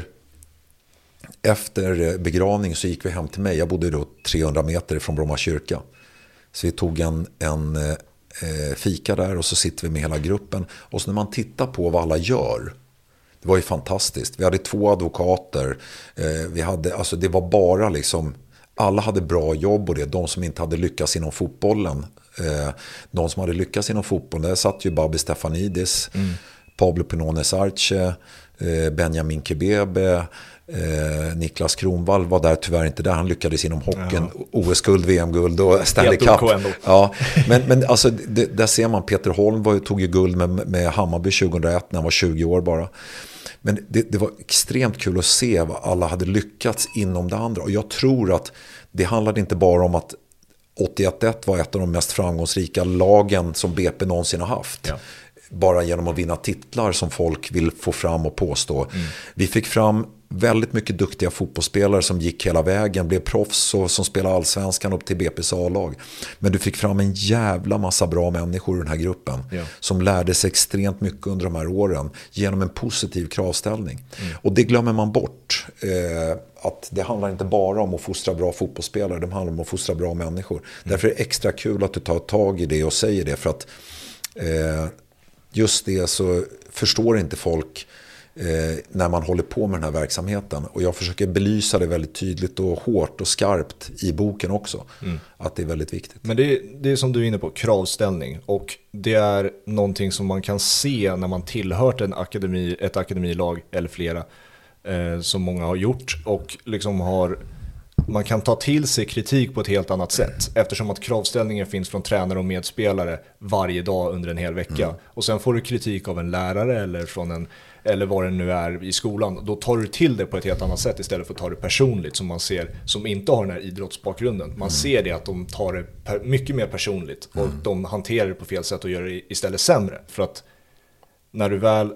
efter begravning så gick vi hem till mig, jag bodde då trehundra meter från Bromma kyrka. Så vi tog en, en eh, fika där och så sitter vi med hela gruppen. Och så när man tittar på vad alla gör, det var ju fantastiskt. Vi hade två advokater. Eh, vi hade, alltså det var bara liksom, alla hade bra jobb och det. De som inte hade lyckats inom fotbollen. Eh, de som hade lyckats inom fotbollen, där satt ju Babi Stefanidis, mm. Pablo Pinones Arce, eh, Benjamin Kebebe, eh, Niklas Kronvall var där tyvärr inte där. Han lyckades inom hockeyn, ja. O S-guld, V M-guld och Stanley Cup. Ja, men, men alltså, det, där ser man, Peter Holm var, tog ju guld med, med Hammarby tjugohundraett när han var tjugo år bara. Men det, det var extremt kul att se vad alla hade lyckats inom det andra. Och jag tror att det handlade inte bara om att åttioett ett var ett av de mest framgångsrika lagen som B P någonsin har haft. Ja. Bara genom att vinna titlar som folk vill få fram och påstå. Mm. Vi fick fram väldigt mycket duktiga fotbollsspelare som gick hela vägen, blev proffs och som spelade allsvenskan upp till B P:s A-lag. Men du fick fram en jävla massa bra människor i den här gruppen ja. Som lärde sig extremt mycket under de här åren genom en positiv kravställning. Mm. Och det glömmer man bort. Eh, att det handlar inte bara om att fostra bra fotbollsspelare, det handlar om att fostra bra människor. Mm. Därför är det extra kul att du tar tag i det och säger det, för att eh, just det så förstår inte folk eh, när man håller på med den här verksamheten. Och jag försöker belysa det väldigt tydligt och hårt och skarpt i boken också. Mm. Att det är väldigt viktigt. Men det är, det är som du är inne på, kravställning. Och det är någonting som man kan se när man tillhört en akademi, ett akademilag eller flera eh, som många har gjort. Och liksom har... Man kan ta till sig kritik på ett helt annat sätt, eftersom att kravställningen finns från tränare och medspelare varje dag under en hel vecka. Mm. Och sen får du kritik av en lärare eller från en, eller vad det nu är i skolan, då tar du till det på ett helt annat sätt istället för att ta det personligt, som man ser som inte har den här idrottsbakgrunden. Man mm. ser det att de tar det per, mycket mer personligt och mm. de hanterar det på fel sätt och gör det istället sämre. För att när du väl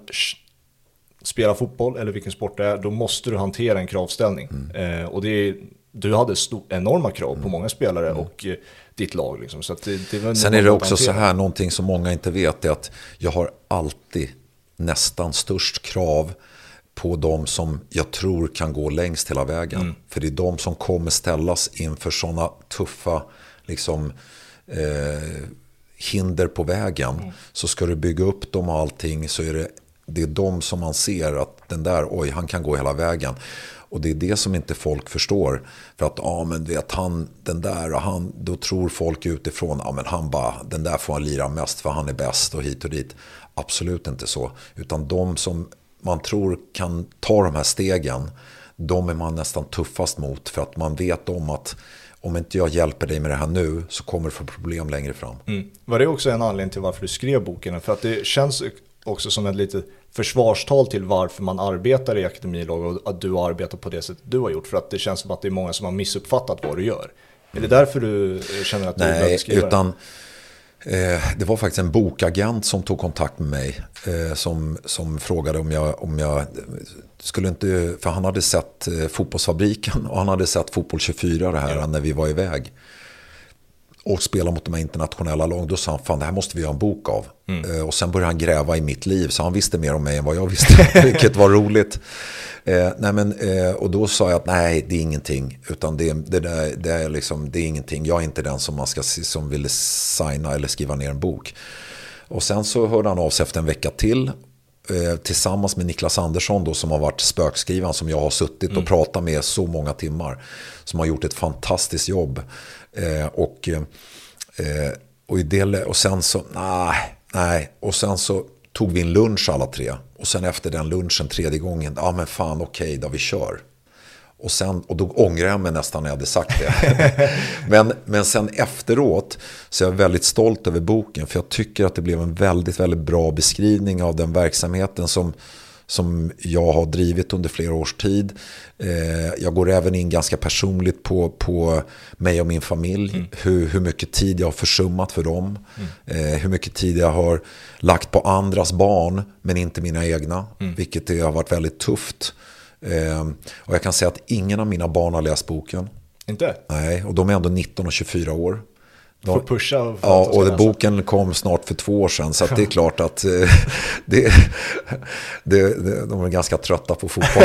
spelar fotboll eller vilken sport det är, då måste du hantera en kravställning. Mm. Eh, och det är, du hade sto- enorma krav mm. på många spelare mm. och eh, ditt lag. Liksom. Så att det, det var Sen är det också så här, någonting som många inte vet är att jag har alltid nästan störst krav på de som jag tror kan gå längst hela vägen. Mm. För det är de som kommer ställas inför sådana tuffa liksom, eh, hinder på vägen. Mm. Så ska du bygga upp dem och allting, så är det, det är de som man ser att den där, oj, han kan gå hela vägen. Och det är det som inte folk förstår. För att, ja men vet han, den där, och han, då tror folk utifrån, ja men han bara, den där får han lira mest för han är bäst och hit och dit. Absolut inte så. Utan de som man tror kan ta de här stegen, de är man nästan tuffast mot. För att man vet om att om inte jag hjälper dig med det här nu, så kommer det få problem längre fram. Mm. Var det också en anledning till varför du skrev boken? För att det känns också som ett litet försvarstal till varför man arbetar i akademilag och att du arbetar på det sättet du har gjort. För att det känns som att det är många som har missuppfattat vad du gör. Är det därför du känner att du Nej, behöver skriva utan eh, det var faktiskt en bokagent som tog kontakt med mig eh, som, som frågade om jag, om jag skulle inte, för han hade sett eh, Fotbollsfabriken och han hade sett Fotboll tjugofyra det här ja. när vi var iväg och spela mot de här internationella lag. Då sa han, fan det här måste vi göra en bok av. Mm. Uh, och sen började han gräva i mitt liv, så han visste mer om mig än vad jag visste, vilket var roligt. Uh, nej men, uh, och då sa jag att nej, det är ingenting. Utan det, det, där, det, är liksom, det är ingenting. Jag är inte den som man ska som ville signa eller skriva ner en bok. Och sen så hörde han av sig efter en vecka till. Uh, tillsammans med Niklas Andersson då, som har varit spökskrivaren som jag har suttit mm. och pratat med så många timmar. Som har gjort ett fantastiskt jobb. Eh, och, eh, och, i det, och sen så nej, nej och sen så tog vi en lunch alla tre och sen efter den lunchen tredje gången, ja ah, men fan okej okay, då vi kör. Och, sen, och då ångrar jag mig nästan när jag hade sagt det. men, men sen efteråt så är jag väldigt stolt över boken, för jag tycker att det blev en väldigt, väldigt bra beskrivning av den verksamheten som som jag har drivit under flera års tid. Eh, jag går även in ganska personligt på, på mig och min familj. Mm. Hur, hur mycket tid jag har försummat för dem. Mm. Eh, hur mycket tid jag har lagt på andras barn, men inte mina egna. Mm. Vilket det har varit väldigt tufft. Eh, och jag kan säga att ingen av mina barn har läst boken. Inte? Nej, och de är ändå nitton och tjugofyra år. För att pusha för ja, att och det, boken kom snart för två år sedan, så att det är klart att eh, det, det, det, de är ganska trötta på fotboll.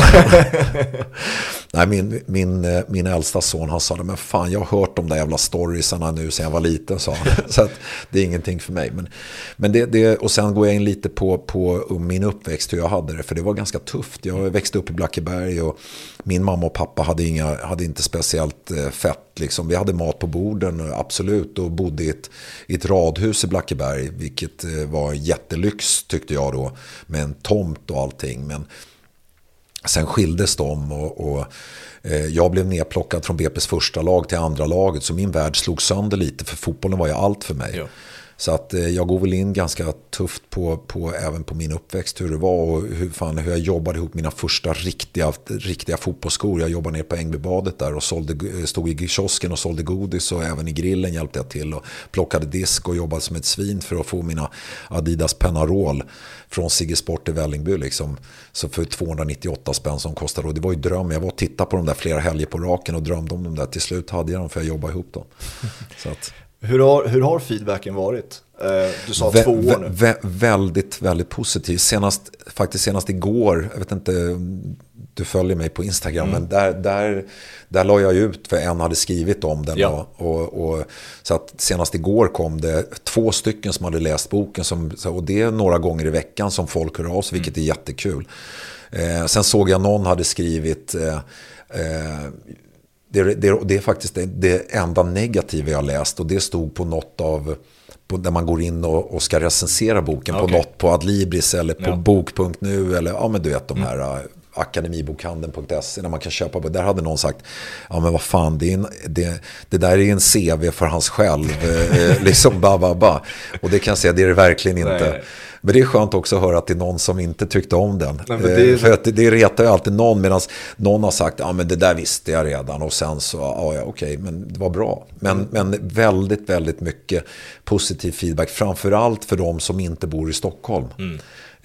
Nej, min, min, min äldsta son, han sa det, men fan, jag har hört de där jävla storiesarna nu sedan jag var liten, sa han. Så att det är ingenting för mig. Men, men det, det, och sen går jag in lite på, på min uppväxt, hur jag hade det, för det var ganska tufft. Jag växte upp i Blackeberg och min mamma och pappa hade, inga, hade inte speciellt fett. Liksom. Vi hade mat på borden, absolut, och bodde i ett, i ett radhus i Blackeberg, vilket var jättelyx tyckte jag då, med en tomt och allting. Men sen skildes de och, och eh, jag blev nedplockad från B P:s första lag till andra laget, så min värld slog sönder lite, för fotbollen var ju allt för mig. Ja. Så att eh, jag går väl in ganska tufft på, på även på min uppväxt, hur det var och hur, fan, hur jag jobbade ihop mina första riktiga, riktiga fotbollsskor. Jag jobbade ner på Ängbybadet där och sålde, stod i kiosken och sålde godis, och även i grillen hjälpte jag till och plockade disk och jobbade som ett svin för att få mina Adidas Penarol från Sigge Sport i Vällingby liksom. Så för tvåhundranittioåtta spänn som kostade, och det var ju dröm. Jag var och tittade på de där flera helger på raken och drömde om dem där. Till slut hade jag dem, för jag jobbade ihop dem. Så att Hur har, hur har feedbacken varit? Du sa vä- två år nu. Vä- väldigt, väldigt positiv. Senast, faktiskt senast igår, jag vet inte, du följer mig på Instagram, mm. men där, där, där la jag ut, för en hade skrivit om den. Ja. Och, och, så att senast igår kom det två stycken som hade läst boken, som, och det är några gånger i veckan som folk hör av sig, vilket mm. är jättekul. Eh, sen såg jag någon hade skrivit... Eh, eh, Det, det, det är faktiskt det, det enda negativa jag läst, och det stod på något av på, där man går in och, och ska recensera boken, okay. på något på Adlibris eller på ja. bok punkt nu eller ja men du vet de här mm. akademibokhandeln punkt se där man kan köpa. Där hade någon sagt, ja men vad fan, det, är en, det, det där är en C V för hans själv. eh, liksom ba, ba, ba. Och det kan jag säga, det är det verkligen inte. Nej. Men det är skönt också att höra att det är någon som inte tyckte om den. Nej, det är... För att det, det retar ju alltid någon, medan någon har sagt, ja men det där visste jag redan. Och sen så, ja, ja okej, men det var bra. Men, mm. men väldigt, väldigt mycket positiv feedback. Framförallt för de som inte bor i Stockholm. Mm.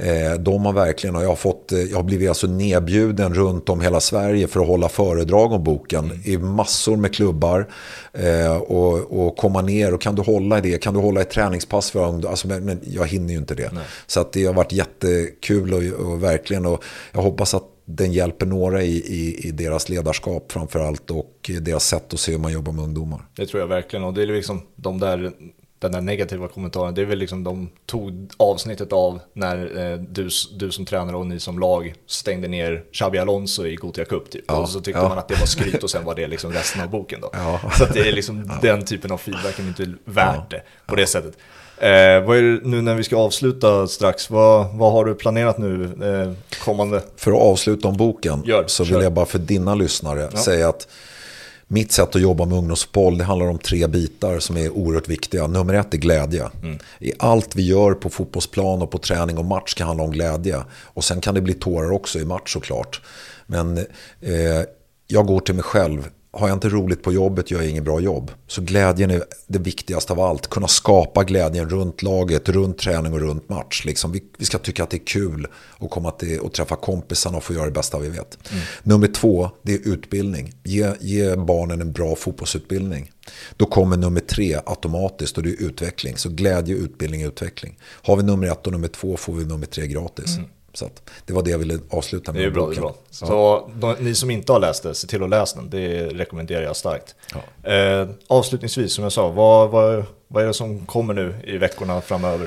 De har verkligen, och jag har fått, jag har blivit alltså nedbjuden runt om hela Sverige för att hålla föredrag om boken mm. i massor med klubbar eh, och, och komma ner och kan du hålla i det, kan du hålla ett träningspass för ungdomar, alltså, men, men jag hinner ju inte det. Nej. Så att det har varit jättekul och, och verkligen, och jag hoppas att den hjälper några i, i, i deras ledarskap framförallt och deras sätt att se hur man jobbar med ungdomar. Det tror jag verkligen, och det är liksom de där den där negativa kommentaren, det är väl liksom de tog avsnittet av när eh, du, du som tränare och ni som lag stängde ner Xabi Alonso i Gothia Cup typ. Ja, och så tyckte ja. man att det var skryt och sen var det liksom resten av boken då. Ja. Så att det är liksom ja. den typen av feedback är inte värt ja. det på det sättet. Eh, vad är det nu när vi ska avsluta strax? Vad, vad har du planerat nu eh, kommande? För att avsluta om boken Gör, så vill kör. jag bara för dina lyssnare ja. säga att mitt sätt att jobba med ungdomsboll, det handlar om tre bitar som är oerhört viktiga. Nummer ett är glädje. Mm. I allt vi gör på fotbollsplan och på träning och match kan handla om glädje. Och sen kan det bli tårar också i match såklart. Men eh, jag går till mig själv. Har jag inte roligt på jobbet gör jag inget bra jobb. Så glädjen är det viktigaste av allt. Kunna skapa glädjen runt laget, runt träning och runt match. Liksom vi, vi ska tycka att det är kul att komma till och träffa kompisarna och få göra det bästa vi vet. Mm. Nummer två, det är utbildning. Ge, ge barnen en bra fotbollsutbildning. Då kommer nummer tre automatiskt och det är utveckling. Så glädje, utbildning och utveckling. Har vi nummer ett och nummer två får vi nummer tre gratis. Mm. Så att det var det jag ville avsluta med. Det är bra, det är bra. Så ja. de, ni som inte har läst det, se till att läsa den. Det rekommenderar jag starkt. Ja. Eh, avslutningsvis, som jag sa, vad, vad, vad är det som kommer nu i veckorna framöver?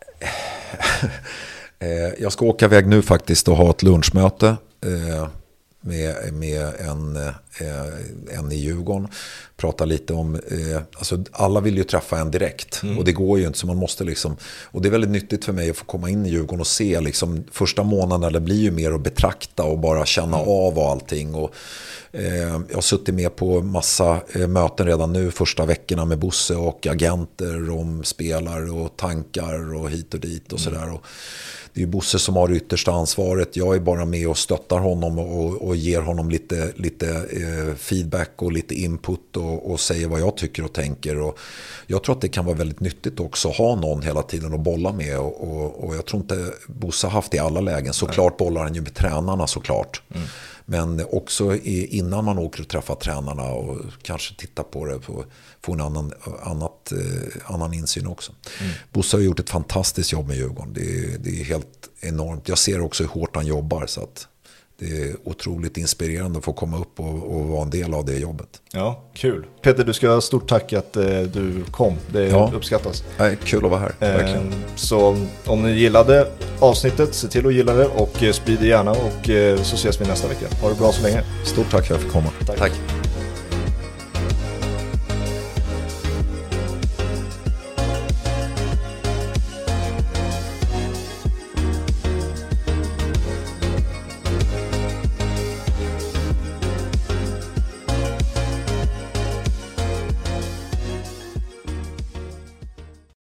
eh, jag ska åka iväg nu faktiskt och ha ett lunchmöte eh, med, med en, eh, en i Djurgården. Prata lite om, eh, alltså alla vill ju träffa en direkt mm. och det går ju inte, så man måste liksom, och det är väldigt nyttigt för mig att få komma in i Djurgården och se liksom, första månaden det blir ju mer att betrakta och bara känna mm. av och allting och eh, jag har suttit med på massa eh, möten redan nu första veckorna med Bosse och agenter om spelare och tankar och hit och dit och mm. sådär, och det är ju Bosse som har det yttersta ansvaret. Jag är bara med och stöttar honom och, och ger honom lite, lite eh, feedback och lite input och, och säger vad jag tycker och tänker. Och jag tror att det kan vara väldigt nyttigt också att ha någon hela tiden att bolla med. Och, och, och jag tror inte Bosse har haft det i alla lägen. Såklart bollar han ju med tränarna såklart. Mm. Men också i, innan man åker och träffar tränarna och kanske titta på det på, få en annan, annat, eh, annan insyn också. Mm. Bosse har gjort ett fantastiskt jobb med Djurgården. Det, det är helt enormt. Jag ser också hur hårt han jobbar, så att det är otroligt inspirerande att få komma upp och, och vara en del av det jobbet. Ja, kul. Peter, du ska ha stort tack att eh, du kom. Det ja. uppskattas. Ja, kul att vara här, verkligen. Eh, så om ni gillade avsnittet, se till att gilla det och eh, sprid det gärna, och eh, så ses vi nästa vecka. Ha det bra så länge. Stort tack för att jag fick komma. Tack. tack.